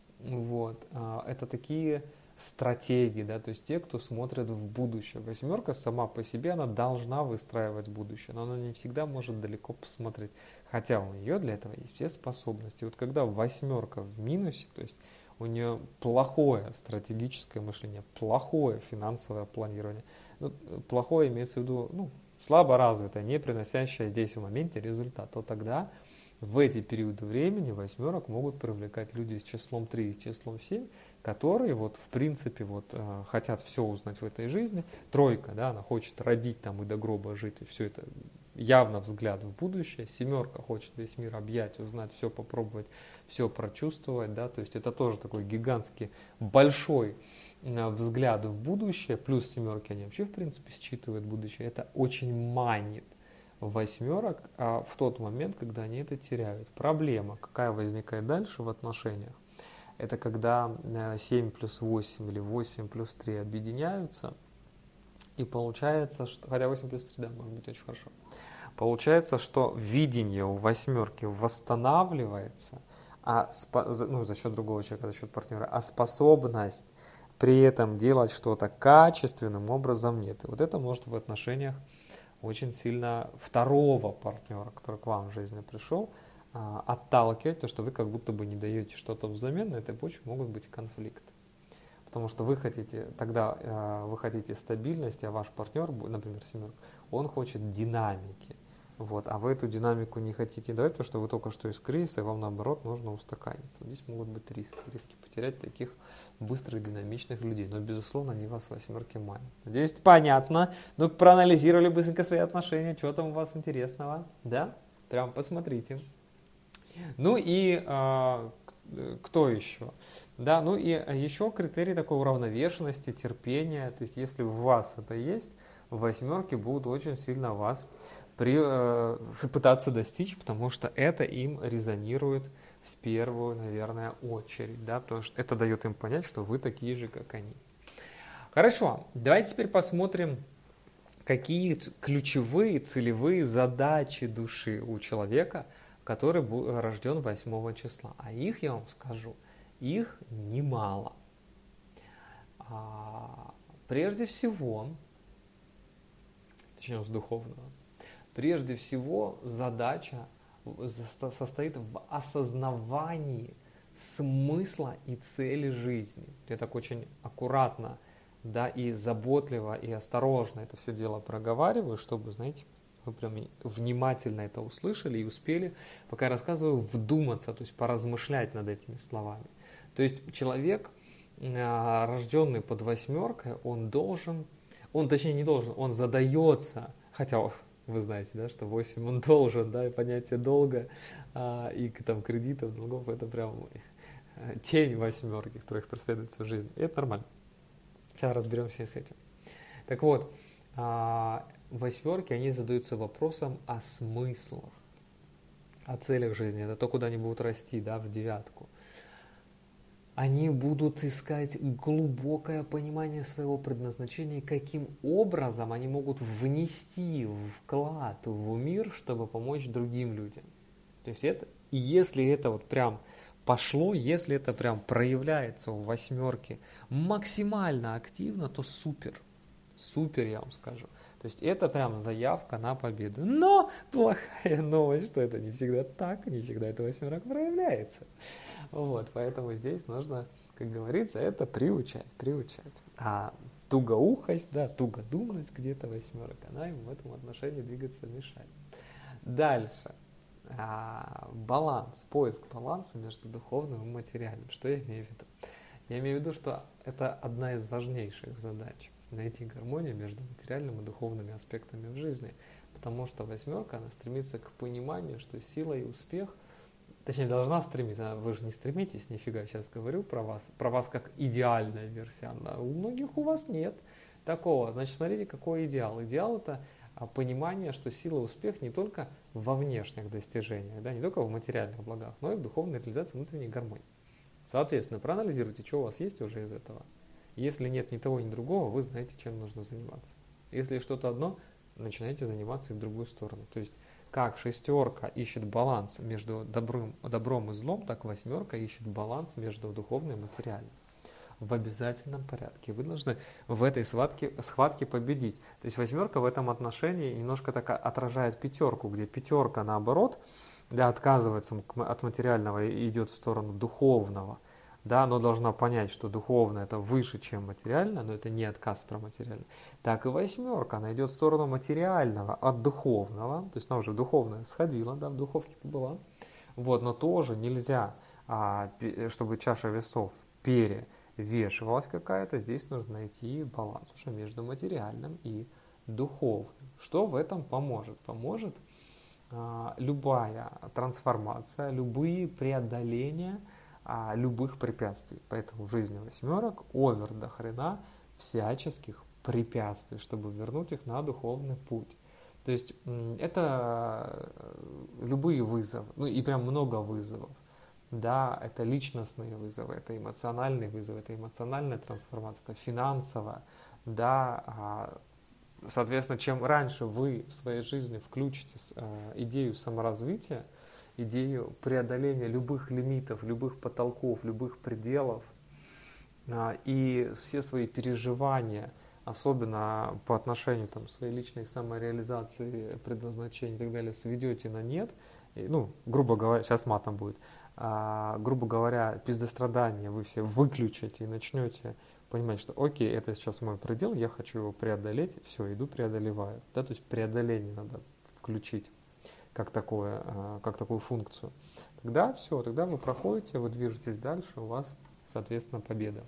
Вот, а, это такие стратегии, да, то есть те, кто смотрит в будущее. Восьмерка сама по себе, она должна выстраивать будущее, но она не всегда может далеко посмотреть. Хотя у нее для этого есть все способности. Вот когда восьмерка в минусе, то есть у нее плохое стратегическое мышление, плохое финансовое планирование, ну, плохое имеется в виду, ну, слабо развитое, не приносящее здесь в моменте результат, то тогда в эти периоды времени восьмерок могут привлекать люди с числом три и с числом семь, которые вот в принципе вот э, хотят все узнать в этой жизни. Тройка, да, она хочет родить там и до гроба жить, и все это явно взгляд в будущее. Семерка хочет весь мир объять, узнать, все попробовать, все прочувствовать, да, то есть это тоже такой гигантский большой э, взгляд в будущее. Плюс семерки, они вообще в принципе считывают будущее. Это очень манит восьмерок а в тот момент, когда они это теряют. Проблема, какая возникает дальше в отношениях, это когда семь плюс восемь или восемь плюс три объединяются, и получается, что, хотя восемь плюс три, да, может быть очень хорошо, получается, что видение у восьмерки восстанавливается, а, ну, за счет другого человека, за счет партнера, а способность при этом делать что-то качественным образом нет. И вот это может в отношениях очень сильно второго партнера, который к вам в жизни пришел, отталкивать, то, что вы как будто бы не даете что-то взамен, на этой почве могут быть конфликты. Потому что вы хотите, тогда вы хотите стабильности, а ваш партнер, например, семерка, он хочет динамики. Вот, а вы эту динамику не хотите давать, потому что вы только что искрились, и вам наоборот нужно устаканиться. Здесь могут быть риски, риски потерять таких быстрых, динамичных людей. Но, безусловно, они вас восьмерки манят. Надеюсь, понятно. Ну, проанализировали быстренько свои отношения, что там у вас интересного, да? Прям посмотрите. Ну и э, кто еще? Да, ну и еще критерий такой уравновешенности, терпения. То есть, если у вас это есть, восьмерки будут очень сильно вас при, э, пытаться достичь, потому что это им резонирует в первую, наверное, очередь, да, потому что это дает им понять, что вы такие же, как они. Хорошо, давайте теперь посмотрим, какие ключевые целевые задачи души у человека, который рожден восьмого числа. А их, я вам скажу, их немало. А, прежде всего, начнем с духовного. Прежде всего, задача состоит в осознавании смысла и цели жизни. Я так очень аккуратно, да, и заботливо, и осторожно это все дело проговариваю, чтобы, знаете, вы прям внимательно это услышали и успели, пока я рассказываю, вдуматься, то есть поразмышлять над этими словами. То есть человек, рожденный под восьмеркой, он должен, он точнее не должен, он задается, хотя вы знаете, да, что восемь он должен, да, и понятие долга а, и там кредитов, долгов, это прям тень восьмерки, которая их преследует всю жизнь. И это нормально. Сейчас разберемся с этим. Так вот, а, восьмерки, они задаются вопросом о смыслах, о целях жизни. Это то, куда они будут расти, да, в девятку. Они будут искать глубокое понимание своего предназначения, каким образом они могут внести вклад в мир, чтобы помочь другим людям. То есть это, и если это вот прям пошло, если это прям проявляется у восьмерки максимально активно, то супер, супер, я вам скажу. То есть это прям заявка на победу. Но плохая новость, что это не всегда так, не всегда это восьмерок проявляется. Вот, поэтому здесь нужно, как говорится, это приучать, приучать. А тугоухость, да, тугодумность где-то восьмерок, она им в этом отношении двигаться мешает. Дальше. А, баланс, поиск баланса между духовным и материальным. Что я имею в виду? Я имею в виду, что это одна из важнейших задач. Найти гармонию между материальным и духовными аспектами в жизни. Потому что восьмерка, она стремится к пониманию, что сила и успех, точнее, должна стремиться, вы же не стремитесь, нифига, сейчас говорю про вас, про вас как идеальная версия, а у многих у вас нет такого. Значит, смотрите, какой идеал. Идеал — это понимание, что сила и успех не только во внешних достижениях, да, не только в материальных благах, но и в духовной реализации внутренней гармонии. Соответственно, проанализируйте, что у вас есть уже из этого. Если нет ни того, ни другого, вы знаете, чем нужно заниматься. Если что-то одно, начинайте заниматься и в другую сторону. То есть, как шестерка ищет баланс между добром, добром и злом, так восьмерка ищет баланс между духовным и материальным. В обязательном порядке. Вы должны в этой схватке, схватке победить. То есть восьмерка в этом отношении немножко так отражает пятерку, где пятерка наоборот, да, отказывается от материального и идет в сторону духовного. Да, но должна понять, что духовное это выше, чем материальное, но это не отказ про материальное. Так и восьмерка, она идет в сторону материального от духовного, то есть она уже духовное сходила, да, в духовке побыла. Вот, но тоже нельзя, а, чтобы чаша весов перевешивалась какая-то, здесь нужно найти баланс уже между материальным и духовным. Что в этом поможет? Поможет а, любая трансформация, любые преодоления а, любых препятствий. Поэтому в жизни восьмерок овер до хрена всяческих препятствий, чтобы вернуть их на духовный путь. То есть это любые вызовы, ну и прям много вызовов. да, это личностные вызовы, это эмоциональные вызовы, это эмоциональная трансформация, это финансовая, да, а, соответственно, чем раньше вы в своей жизни включите э, идею саморазвития, идею преодоления любых лимитов, любых потолков, любых пределов, э, и все свои переживания, особенно по отношению там, своей личной самореализации, предназначения и так далее, сведете на нет, и, ну, грубо говоря, сейчас матом будет, а, грубо говоря, пиздострадания вы все выключите и начнете понимать, что окей, это сейчас мой предел, я хочу его преодолеть, все, иду преодолеваю. Да, то есть преодоление надо включить как, такое, как такую функцию. Тогда все, тогда вы проходите, вы движетесь дальше, у вас, соответственно, победа.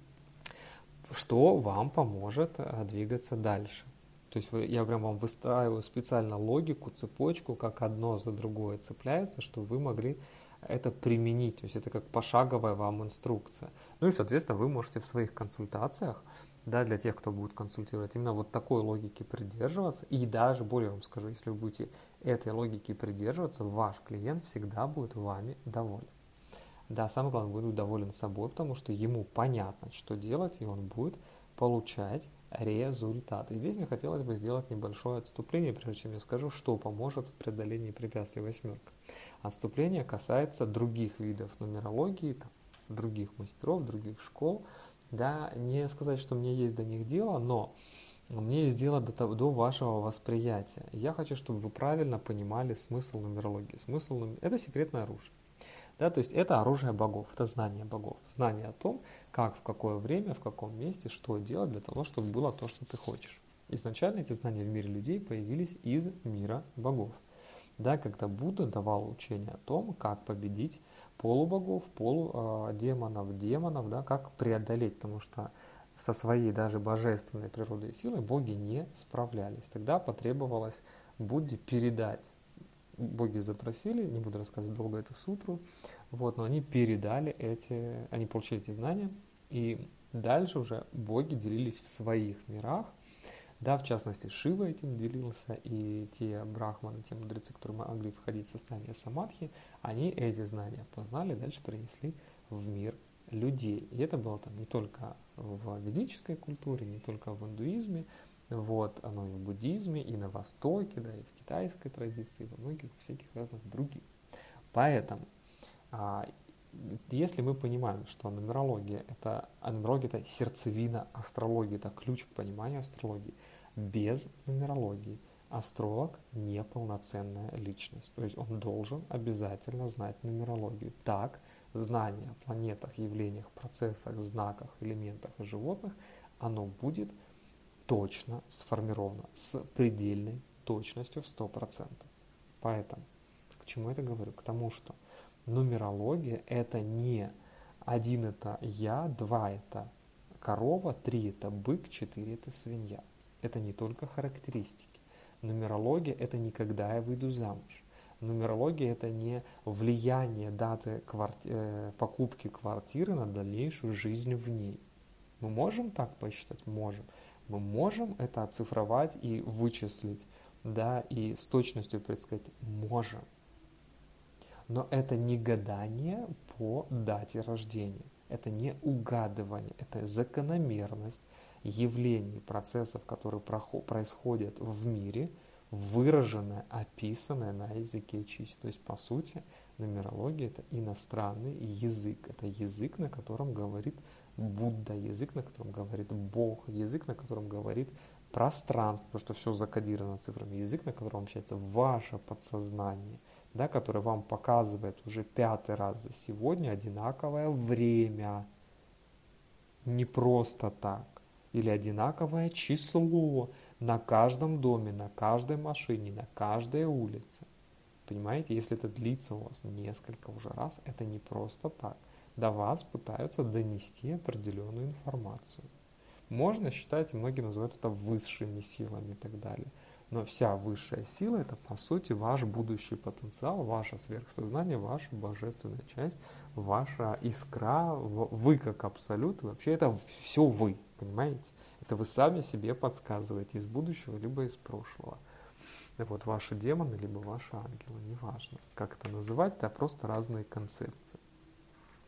Что вам поможет двигаться дальше. То есть вы, я прям вам выстраиваю специально логику, цепочку, как одно за другое цепляется, чтобы вы могли это применить, то есть это как пошаговая вам инструкция. Ну и, соответственно, вы можете в своих консультациях, да, для тех, кто будет консультировать, именно вот такой логики придерживаться. И даже более вам скажу, если вы будете этой логики придерживаться, ваш клиент всегда будет вами доволен. Да, самое главное, будет доволен собой, потому что ему понятно, что делать, и он будет получать результат. И здесь мне хотелось бы сделать небольшое отступление, прежде чем я скажу, что поможет в преодолении препятствий восьмерка. Отступление касается других видов нумерологии, там, других мастеров, других школ. Да, не сказать, что мне есть до них дело, но мне есть дело до, того, до вашего восприятия. Я хочу, чтобы вы правильно понимали смысл нумерологии. Смысл нум... Это секретное оружие. Да, то есть это оружие богов, это знание богов. Знание о том, как, в какое время, в каком месте, что делать для того, чтобы было то, что ты хочешь. Изначально эти знания в мире людей появились из мира богов. Да, когда Будда давал учение о том, как победить полубогов, полудемонов, демонов, да, как преодолеть, потому что со своей даже божественной природой и силой боги не справлялись. Тогда потребовалось Будде передать. Боги запросили, не буду рассказывать долго эту сутру, вот, но они передали эти, они получили эти знания, и дальше уже боги делились в своих мирах, да, в частности, Шива этим делился, и те брахманы, те мудрецы, которые могли входить в состояние самадхи, они эти знания познали, дальше принесли в мир людей. И это было там не только в ведической культуре, не только в индуизме, вот, оно и в буддизме, и на Востоке, да, и в китайской традиции, и во многих всяких разных других. Поэтому, а, если мы понимаем, что нумерология это, а нумерология это сердцевина астрологии, это ключ к пониманию астрологии, без нумерологии астролог не полноценная личность. То есть он должен обязательно знать нумерологию. Так, знание о планетах, явлениях, процессах, знаках, элементах и животных, оно будет точно сформировано, с предельной точностью в сто процентов. Поэтому, к чему я это говорю? К тому, что нумерология это не один это я, два это корова, три это бык, четыре это свинья. Это не только характеристики. Нумерология это не когда я выйду замуж. Нумерология это не влияние даты кварти... покупки квартиры на дальнейшую жизнь в ней. Мы можем так посчитать? Можем. Мы можем это оцифровать и вычислить, да, и с точностью предсказать можем. Но это не гадание по дате рождения, это не угадывание, это закономерность явлений, процессов, которые происходят в мире, выраженная, описанная на языке чисел. То есть, по сути, нумерология – это иностранный язык, это язык, на котором говорит Будда, язык, на котором говорит Бог, язык, на котором говорит пространство, что все закодировано цифрами, язык, на котором общается ваше подсознание, да, которое вам показывает уже пятый раз за сегодня одинаковое время, не просто так, или одинаковое число на каждом доме, на каждой машине, на каждой улице. Понимаете, если это длится у вас несколько уже раз, это не просто так. До вас пытаются донести определенную информацию. Можно считать, и многие называют это высшими силами и так далее. Но вся высшая сила – это, по сути, ваш будущий потенциал, ваше сверхсознание, ваша божественная часть, ваша искра, вы как абсолют. Вообще это все вы, понимаете? Это вы сами себе подсказываете из будущего, либо из прошлого. Вот ваши демоны, либо ваши ангелы, неважно, как это называть, это просто разные концепции.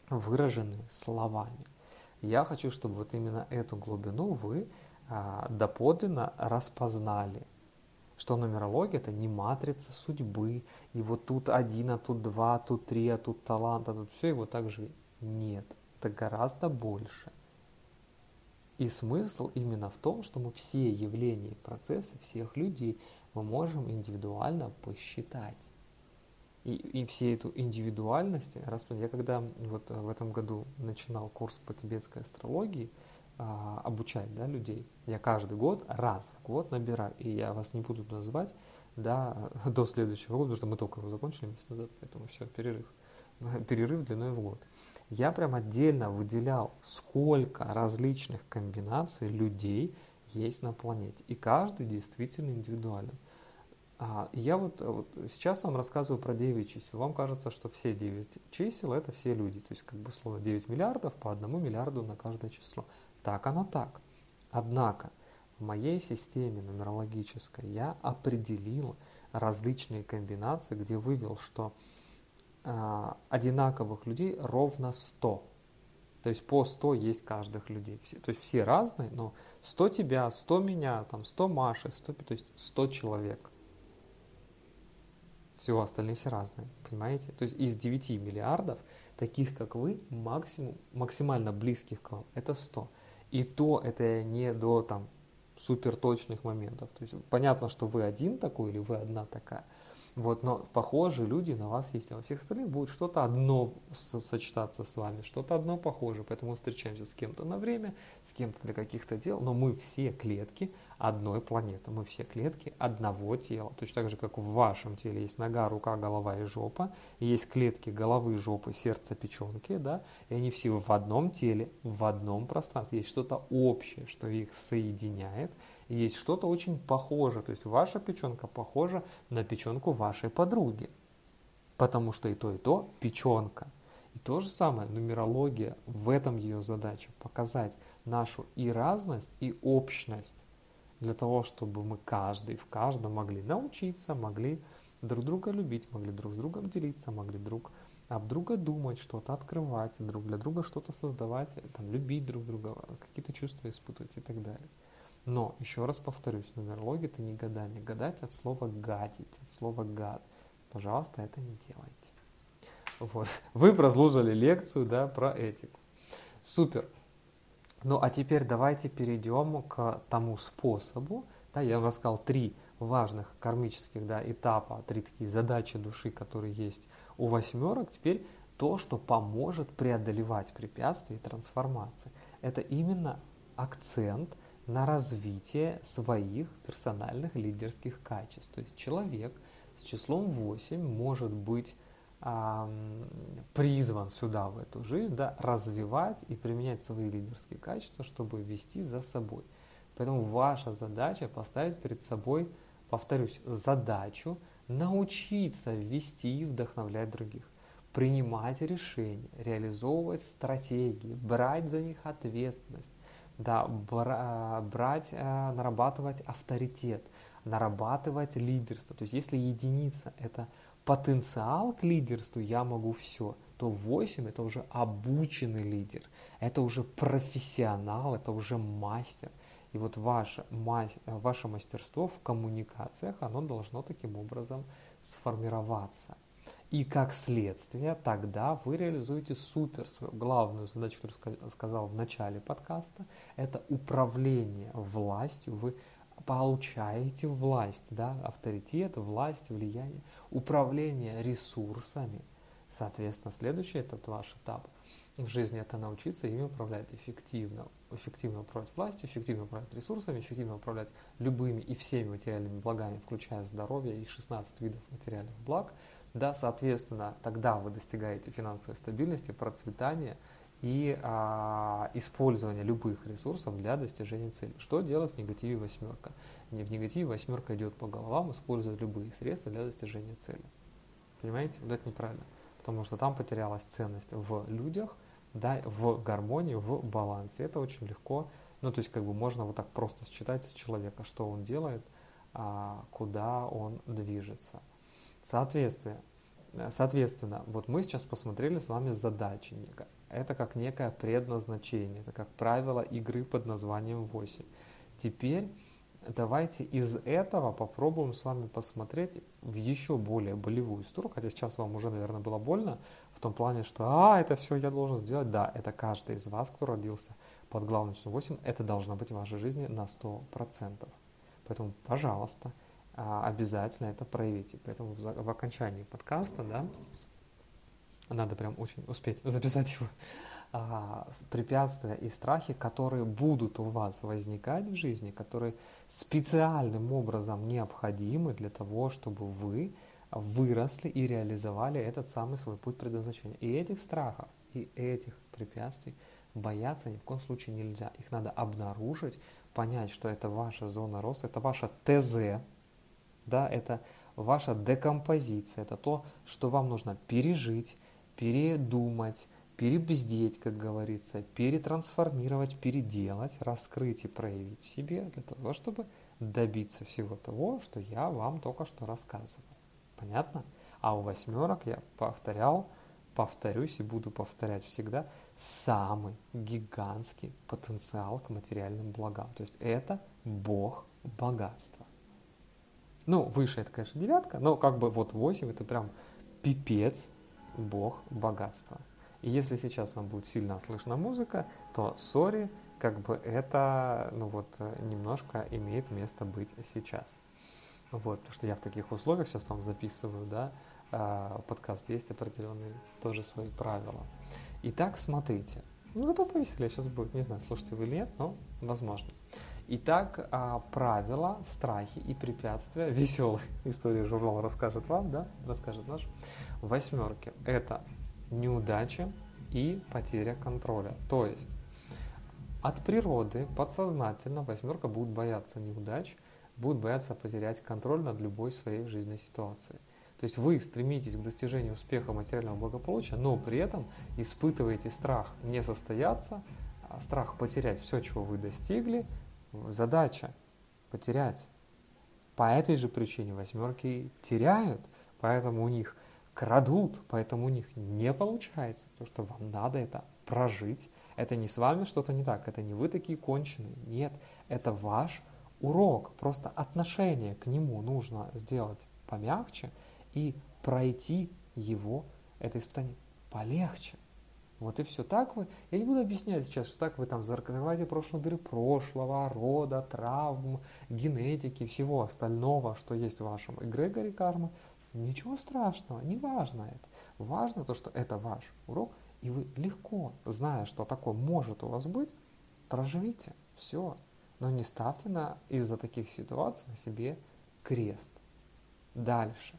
выраженные словами. Я хочу, чтобы вот именно эту глубину вы а, доподлинно распознали, что нумерология — это не матрица судьбы, и вот тут один, а тут два, а тут три, а тут талант, а тут все, и вот так же. Нет, это гораздо больше. И смысл именно в том, что мы все явления и процессы всех людей мы можем индивидуально посчитать. И, и все эту индивидуальность, я когда вот в этом году начинал курс по тибетской астрологии, а, обучать, да, людей, я каждый год, раз в год набираю, и я вас не буду называть, да, до следующего года, потому что мы только его закончили месяц назад, поэтому все, перерыв, перерыв длиной в год. Я прям отдельно выделял, сколько различных комбинаций людей есть на планете, и каждый действительно индивидуален. А, я вот, вот сейчас вам рассказываю про девять чисел. Вам кажется, что все девять чисел — это все люди. То есть, как бы, словно девять миллиардов по одному миллиарду на каждое число. Так оно так. Однако в моей системе нумерологической я определил различные комбинации, где вывел, что а, одинаковых людей ровно сто. То есть по сто есть каждых людей. Все, то есть все разные, но сто тебя, сто меня, там сто Маши, сто, то есть сто человек. Все, остальные все разные, понимаете? То есть из девяти миллиардов, таких как вы, максимум, максимально близких к вам, это сто. И то это не до там суперточных моментов. То есть понятно, что вы один такой или вы одна такая. Вот, но похожие люди на вас есть, а во всех остальных будет что-то одно сочетаться с вами, что-то одно похоже, поэтому мы встречаемся с кем-то на время, с кем-то для каких-то дел, но мы все клетки одной планеты, мы все клетки одного тела, точно так же, как в вашем теле есть нога, рука, голова и жопа, и есть клетки головы, жопы, сердца, печенки, да, и они все в одном теле, в одном пространстве, есть что-то общее, что их соединяет, и есть что-то очень похожее, то есть ваша печенка похожа на печенку вашей подруги, потому что и то, и то печенка. И то же самое нумерология, в этом ее задача, показать нашу и разность, и общность, для того, чтобы мы каждый в каждом могли научиться, могли друг друга любить, могли друг с другом делиться, могли друг об друга думать, что-то открывать, друг для друга что-то создавать, там, любить друг друга, какие-то чувства испытывать и так далее. Но, еще раз повторюсь, нумерология — это не гадание. Гадать от слова гадить, от слова гад. Пожалуйста, это не делайте. Вот. Вы прослушали лекцию, да, про этику. Супер. Ну, а теперь давайте перейдем к тому способу. Да, я вам рассказал три важных кармических, да, этапа, три такие задачи души, которые есть у восьмерок. Теперь то, что поможет преодолевать препятствия и трансформации. Это именно акцент на развитие своих персональных лидерских качеств. То есть человек с числом восемь может быть э, призван сюда, в эту жизнь, да, развивать и применять свои лидерские качества, чтобы вести за собой. Поэтому ваша задача поставить перед собой, повторюсь, задачу научиться вести и вдохновлять других, принимать решения, реализовывать стратегии, брать за них ответственность, да, брать, нарабатывать авторитет, нарабатывать лидерство. То есть если единица — это потенциал к лидерству, я могу все, то восемь — это уже обученный лидер, это уже профессионал, это уже мастер. И вот ваше, ваше мастерство в коммуникациях, оно должно таким образом сформироваться. И как следствие, тогда вы реализуете супер свою главную задачу, которую я сказал в начале подкаста, это управление властью. Вы получаете власть, да, авторитет, власть, влияние, управление ресурсами. Соответственно, следующий этот ваш этап в жизни — это научиться ими управлять эффективно. Эффективно управлять властью, эффективно управлять ресурсами, эффективно управлять любыми и всеми материальными благами, включая здоровье и шестнадцать видов материальных благ. Да, соответственно, тогда вы достигаете финансовой стабильности, процветания и а, использования любых ресурсов для достижения цели. Что делать в негативе восьмерка? Не в негативе восьмерка идет по головам, использует любые средства для достижения цели. Понимаете? Вот это неправильно. Потому что там потерялась ценность в людях, да, в гармонии, в балансе. Это очень легко. Ну, то есть, как бы можно вот так просто считать с человека, что он делает, а, куда он движется. Соответственно, соответственно, вот мы сейчас посмотрели с вами задачи Это как некое предназначение, это как правило игры под названием восемь. Теперь давайте из этого попробуем с вами посмотреть в еще более болевую сторону, хотя сейчас вам уже, наверное, было больно, в том плане, что «а, это все я должен сделать». Да, это каждый из вас, кто родился под главным числом восемь, это должно быть в вашей жизни на сто процентов. Поэтому, пожалуйста, обязательно это проявите. Поэтому в, в окончании подкаста, да, надо прям очень успеть записать его, а, препятствия и страхи, которые будут у вас возникать в жизни, которые специальным образом необходимы для того, чтобы вы выросли и реализовали этот самый свой путь предназначения. И этих страхов, и этих препятствий бояться ни в коем случае нельзя. Их надо обнаружить, понять, что это ваша зона роста, это ваша ТЗ, да, это ваша декомпозиция, это то, что вам нужно пережить, передумать, перебздеть, как говорится, перетрансформировать, переделать, раскрыть и проявить в себе для того, чтобы добиться всего того, что я вам только что рассказывал. Понятно? А у восьмерок я повторял, повторюсь и буду повторять всегда, самый гигантский потенциал к материальным благам. То есть это Бог богатства. Ну, выше это, конечно, девятка, но как бы вот восемь это прям пипец Бог богатства. И если сейчас вам будет сильно слышна музыка, то сори, как бы это, ну вот, немножко имеет место быть сейчас. Вот, потому что я в таких условиях сейчас вам записываю, да, подкаст, есть определенные тоже свои правила. Итак, смотрите. Ну, зато повеселее сейчас будет, не знаю, слушайте вы или нет, но возможно. Итак, правила, страхи и препятствия, веселые истории журнал расскажет вам, да, расскажет наш. Восьмерки – это неудача и потеря контроля. То есть от природы подсознательно восьмерка будет бояться неудач, будет бояться потерять контроль над любой своей жизненной ситуацией. То есть вы стремитесь к достижению успеха, материального благополучия, но при этом испытываете страх не состояться, страх потерять все, чего вы достигли. Задача потерять. По этой же причине восьмерки теряют, поэтому у них крадут, поэтому у них не получается, потому что вам надо это прожить. Это не с вами что-то не так, это не вы такие конченые, нет, это ваш урок, просто отношение к нему нужно сделать помягче и пройти его, это испытание, полегче. Вот и все. Так вы, я не буду объяснять сейчас, что так вы там закрываете прошлые дыры прошлого, рода, травм, генетики, всего остального, что есть в вашем эгрегоре кармы. Ничего страшного, не важно это. Важно то, что это ваш урок, и вы легко, зная, что такое может у вас быть, проживите все. Но не ставьте на, из-за таких ситуаций на себе крест. Дальше.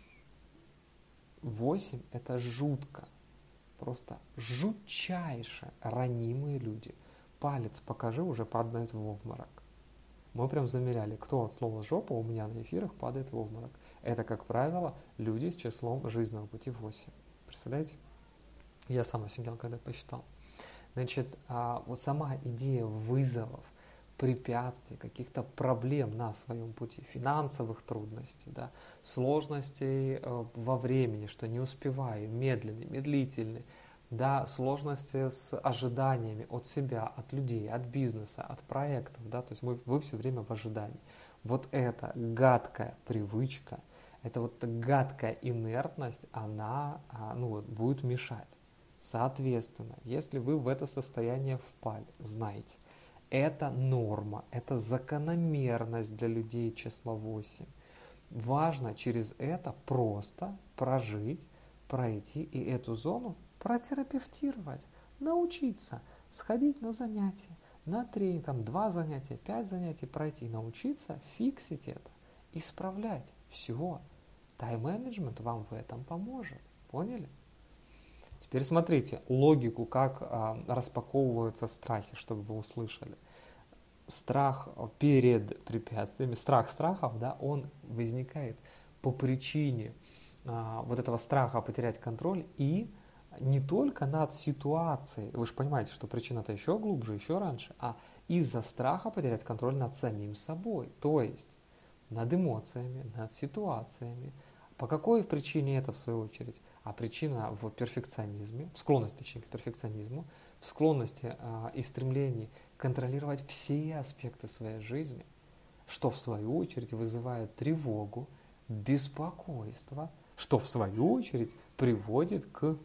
Восемь – это жутко. Просто жутчайше ранимые люди. Палец покажи, уже падает в обморок. Мы прям замеряли, кто от слова жопа у меня на эфирах падает в обморок. Это, как правило, люди с числом жизненного пути восемь. Представляете? Я сам офигел, когда посчитал. Значит, вот сама идея вызовов, препятствий, каких-то проблем на своем пути, финансовых трудностей, да, сложностей во времени, что не успеваю, медленный, медлительный, да, сложности с ожиданиями от себя, от людей, от бизнеса, от проектов, да, то есть вы, вы все время в ожидании. Вот эта гадкая привычка, эта вот гадкая инертность, она, ну, вот, будет мешать. Соответственно, если вы в это состояние впали, знайте, это норма, это закономерность для людей числа восемь. Важно через это просто прожить, пройти и эту зону протерапевтировать, научиться сходить на занятия, на три, там, два занятия, пять занятий пройти, научиться фиксить это, исправлять. Все. Тайм-менеджмент вам в этом поможет. Поняли? Теперь смотрите логику, как а, распаковываются страхи, чтобы вы услышали. Страх перед препятствиями, страх страхов, да, он возникает по причине а, вот этого страха потерять контроль и не только над ситуацией, вы же понимаете, что причина-то еще глубже, еще раньше, а из-за страха потерять контроль над самим собой, то есть над эмоциями, над ситуациями. По какой причине это, в свою очередь? А причина в перфекционизме, в склонности, точнее, к перфекционизму, в склонности а, и стремлении контролировать все аспекты своей жизни, что в свою очередь вызывает тревогу, беспокойство, что в свою очередь приводит к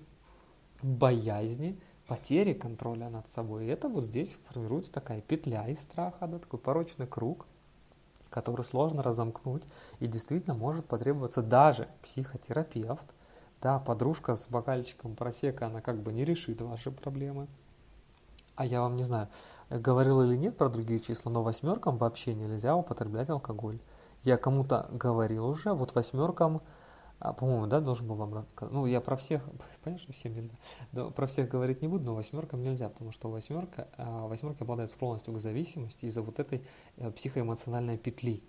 боязни потери контроля над собой. И это вот здесь формируется такая петля из страха, да, такой порочный круг, который сложно разомкнуть, и действительно может потребоваться даже психотерапевт. Да, подружка с бокальчиком просека, она как бы не решит ваши проблемы. А я вам не знаю, говорил или нет про другие числа, но восьмеркам вообще нельзя употреблять алкоголь. Я кому-то говорил уже, вот восьмеркам, а, по-моему, да, должен был вам рассказать. Ну, я про всех, понятно, всем нельзя, но про всех говорить не буду, но восьмеркам нельзя, потому что восьмерка, а, восьмерка обладает склонностью к зависимости из-за вот этой а, психоэмоциональной петли.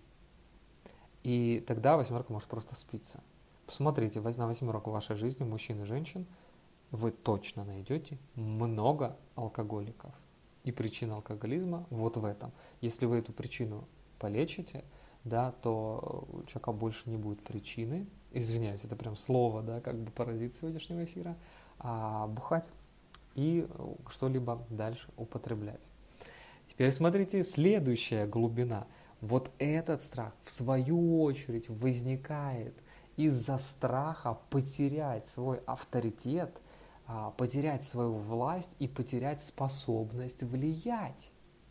И тогда восьмерка может просто спиться. Посмотрите, на восьмерок в вашей жизни, мужчин и женщин, вы точно найдете много алкоголиков. И причина алкоголизма вот в этом. Если вы эту причину полечите, да, то у человека больше не будет причины, извиняюсь, это прям слово, да, как бы паразит сегодняшнего эфира, а бухать и что-либо дальше употреблять. Теперь смотрите, следующая глубина. Вот этот страх, в свою очередь, возникает из-за страха потерять свой авторитет, потерять свою власть и потерять способность влиять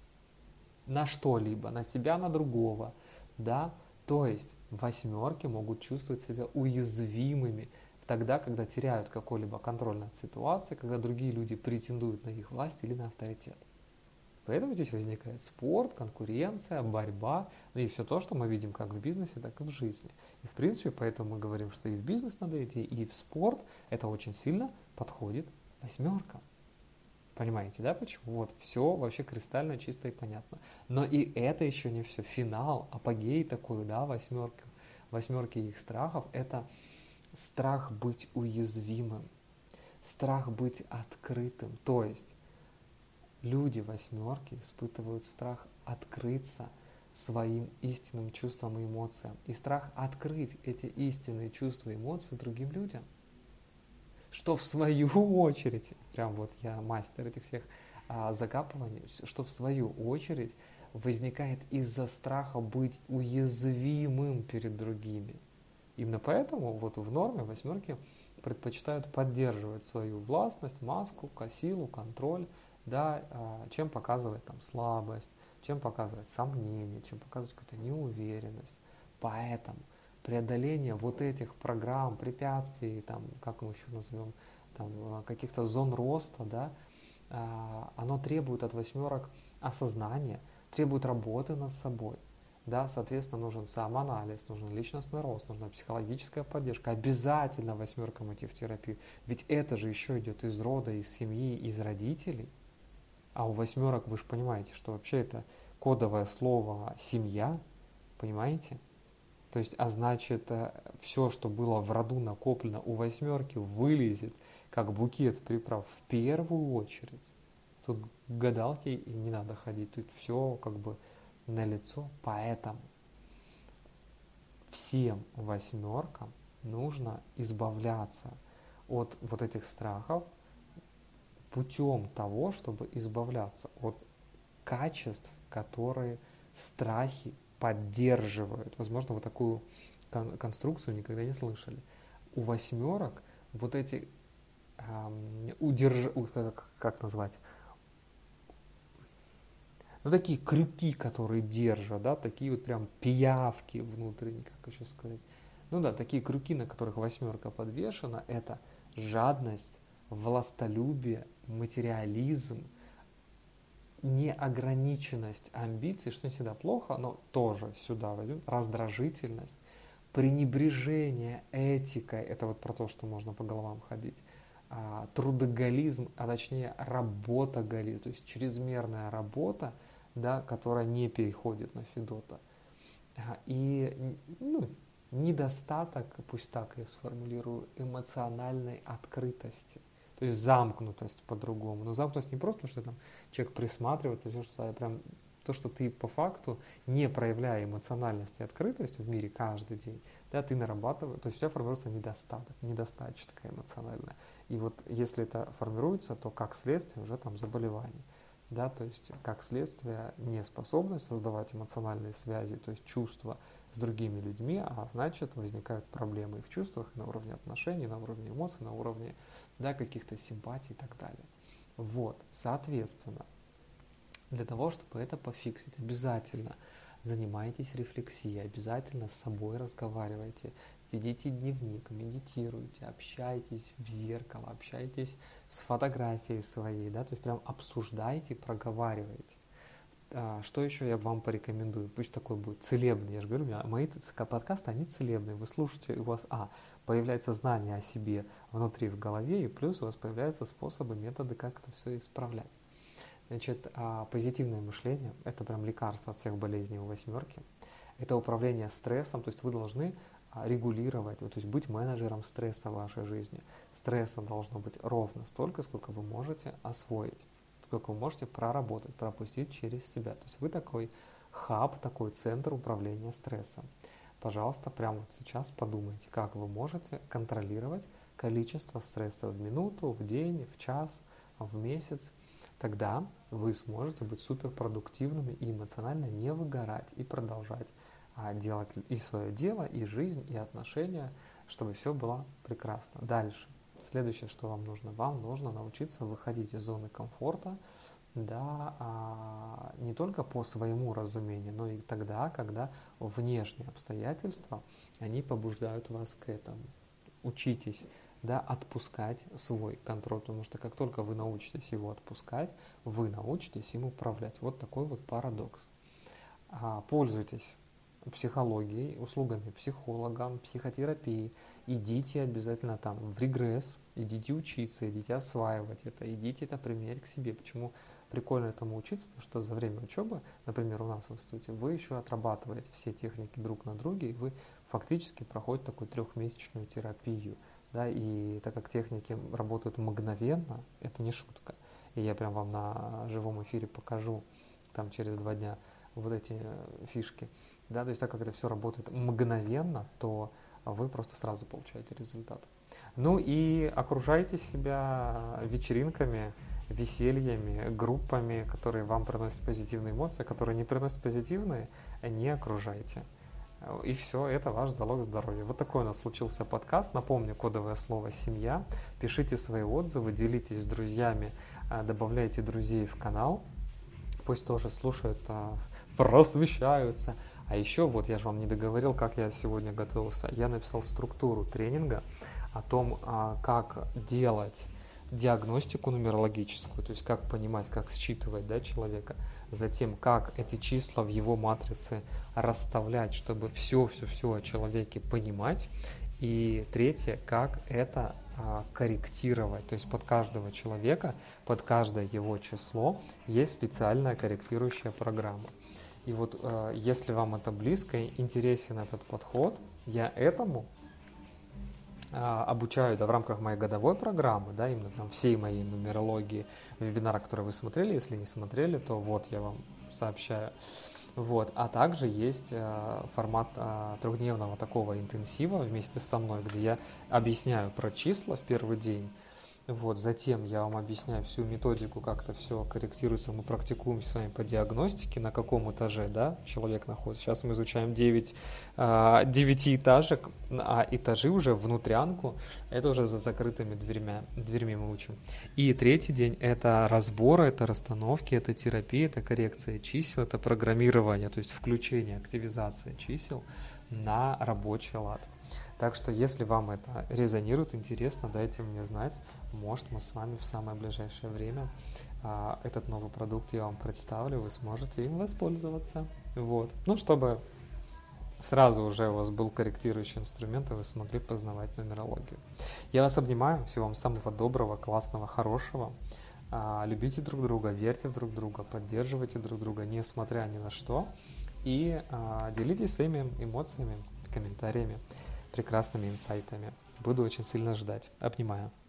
на что-либо, на себя, на другого, да, то есть восьмерки могут чувствовать себя уязвимыми тогда, когда теряют какой-либо контроль над ситуацией, когда другие люди претендуют на их власть или на авторитет. Поэтому здесь возникает спорт, конкуренция, борьба, ну и все то, что мы видим как в бизнесе, так и в жизни. И в принципе, поэтому мы говорим, что и в бизнес надо идти, и в спорт это очень сильно подходит восьмеркам. Понимаете, да, почему? Вот, все вообще кристально чисто и понятно. Но и это еще не все. Финал, апогей такой, да, восьмерки, восьмерки их страхов, это страх быть уязвимым, страх быть открытым. То есть люди восьмерки испытывают страх открыться своим истинным чувствам и эмоциям. И страх открыть эти истинные чувства и эмоции другим людям. Что в свою очередь, прям вот я мастер этих всех а, закапываний, что в свою очередь возникает из-за страха быть уязвимым перед другими. Именно поэтому вот в норме восьмерки предпочитают поддерживать свою властность, маску, силу, контроль, да, а, чем показывать там слабость, чем показывать сомнение, чем показывать какую-то неуверенность. Поэтому преодоление вот этих программ, препятствий, там, как мы еще назовем, там, каких-то зон роста, да, оно требует от восьмерок осознания, требует работы над собой. Да, соответственно, нужен самоанализ, нужен личностный рост, нужна психологическая поддержка. Обязательно восьмеркам идти в терапию. Ведь это же еще идет из рода, из семьи, из родителей. А у восьмерок, вы же понимаете, что вообще это кодовое слово «семья», понимаете? То есть, а значит, все, что было в роду накоплено у восьмерки, вылезет, как букет приправ, в первую очередь. Тут к гадалке и не надо ходить, тут все как бы налицо. Поэтому всем восьмеркам нужно избавляться от вот этих страхов путем того, чтобы избавляться от качеств, которые страхи поддерживают. Возможно, вы такую кон- конструкцию никогда не слышали. У восьмерок вот эти эм, удерж... как, как назвать? Ну, такие крюки, которые держат, да, такие вот прям пиявки внутренние, как еще сказать. Ну да, такие крюки, на которых восьмерка подвешена, это жадность, властолюбие, материализм, неограниченность амбиций, что не всегда плохо, но тоже сюда войдет, раздражительность, пренебрежение этикой, это вот про то, что можно по головам ходить, а, трудоголизм, а точнее работоголизм, то есть чрезмерная работа, да, которая не переходит на Федота. А, и ну, недостаток, пусть так я сформулирую, эмоциональной открытости. То есть замкнутость по-другому. Но замкнутость не просто, что там человек присматривается, все что-то, а прям то, что ты по факту, не проявляя эмоциональность и открытость в мире каждый день, да, ты нарабатываешь, то есть у тебя формируется недостаток, недостаточно такая эмоциональная. И вот если это формируется, то как следствие уже там заболеваний. Да, то есть как следствие неспособность создавать эмоциональные связи, то есть чувства с другими людьми, а значит возникают проблемы и в чувствах, и на уровне отношений, на уровне эмоций, на уровне, да, каких-то симпатий и так далее. Вот, соответственно, для того, чтобы это пофиксить, обязательно занимайтесь рефлексией, обязательно с собой разговаривайте, ведите дневник, медитируйте, общайтесь в зеркало, общайтесь с фотографией своей, да, то есть прям обсуждайте, проговаривайте. А, что еще я вам порекомендую? Пусть такой будет целебный, я же говорю, у меня мои подкасты, они целебные, вы слушаете, у вас, а, появляется знание о себе внутри в голове, и плюс у вас появляются способы, методы, как это все исправлять. Значит, а, позитивное мышление – это прям лекарство от всех болезней у восьмерки. Это управление стрессом, то есть вы должны регулировать, то есть быть менеджером стресса в вашей жизни. Стресса должно быть ровно столько, сколько вы можете освоить, сколько вы можете проработать, пропустить через себя. То есть вы такой хаб, такой центр управления стрессом. Пожалуйста, прямо вот сейчас подумайте, как вы можете контролировать количество стресса в минуту, в день, в час, в месяц. Тогда вы сможете быть суперпродуктивными и эмоционально не выгорать и продолжать а, делать и свое дело, и жизнь, и отношения, чтобы все было прекрасно. Дальше. Следующее, что вам нужно. Вам нужно научиться выходить из зоны комфорта, да, а, не только по своему разумению, но и тогда, когда внешние обстоятельства, они побуждают вас к этому. Учитесь, да, отпускать свой контроль, потому что как только вы научитесь его отпускать, вы научитесь им управлять. Вот такой вот парадокс. А, пользуйтесь психологией, услугами психолога, психотерапии. Идите обязательно там в регресс, идите учиться, идите осваивать это, идите это применять к себе. Почему прикольно этому учиться? Потому что за время учебы, например, у нас в институте, вы еще отрабатываете все техники друг на друге, и вы фактически проходите такую трехмесячную терапию. Да, и так как техники работают мгновенно, это не шутка. И я прям вам на живом эфире покажу там через два дня вот эти фишки. Да, то есть так как это все работает мгновенно, то вы просто сразу получаете результат. Ну и окружайте себя вечеринками, весельями, группами, которые вам приносят позитивные эмоции, которые не приносят позитивные, не окружайте. И все, это ваш залог здоровья. Вот такой у нас случился подкаст. Напомню, кодовое слово «семья». Пишите свои отзывы, делитесь с друзьями, добавляйте друзей в канал. Пусть тоже слушают, просвещаются. А еще, вот я же вам не договорил, как я сегодня готовился. Я написал структуру тренинга о том, как делать диагностику нумерологическую, то есть как понимать, как считывать, да, человека, затем как эти числа в его матрице расставлять, чтобы все-все-все о человеке понимать, и третье, как это а, корректировать, то есть под каждого человека, под каждое его число есть специальная корректирующая программа. И вот а, если вам это близко и интересен этот подход, я этому обучаю, да, в рамках моей годовой программы, да, именно там всей моей нумерологии, вебинара, который вы смотрели. Если не смотрели, то вот я вам сообщаю. Вот. А также есть э, формат э, трехдневного такого интенсива вместе со мной, где я объясняю про числа в первый день. Вот. Затем я вам объясняю всю методику, как это все корректируется. Мы практикуем с вами по диагностике, на каком этаже, да, человек находится. Сейчас мы изучаем девять э, девятиэтажек, а этажи уже внутрянку, это уже за закрытыми дверьми, дверьми мы учим. И третий день – это разборы, это расстановки, это терапия, это коррекция чисел, это программирование, то есть включение, активизация чисел на рабочий лад. Так что, если вам это резонирует, интересно, дайте мне знать. Может, мы с вами в самое ближайшее время а, этот новый продукт я вам представлю, вы сможете им воспользоваться. Вот. Ну, чтобы сразу уже у вас был корректирующий инструмент, и вы смогли познавать нумерологию. Я вас обнимаю. Всего вам самого доброго, классного, хорошего. А, любите друг друга, верьте в друг друга, поддерживайте друг друга, несмотря ни на что. И а, делитесь своими эмоциями, комментариями, прекрасными инсайтами. Буду очень сильно ждать. Обнимаю.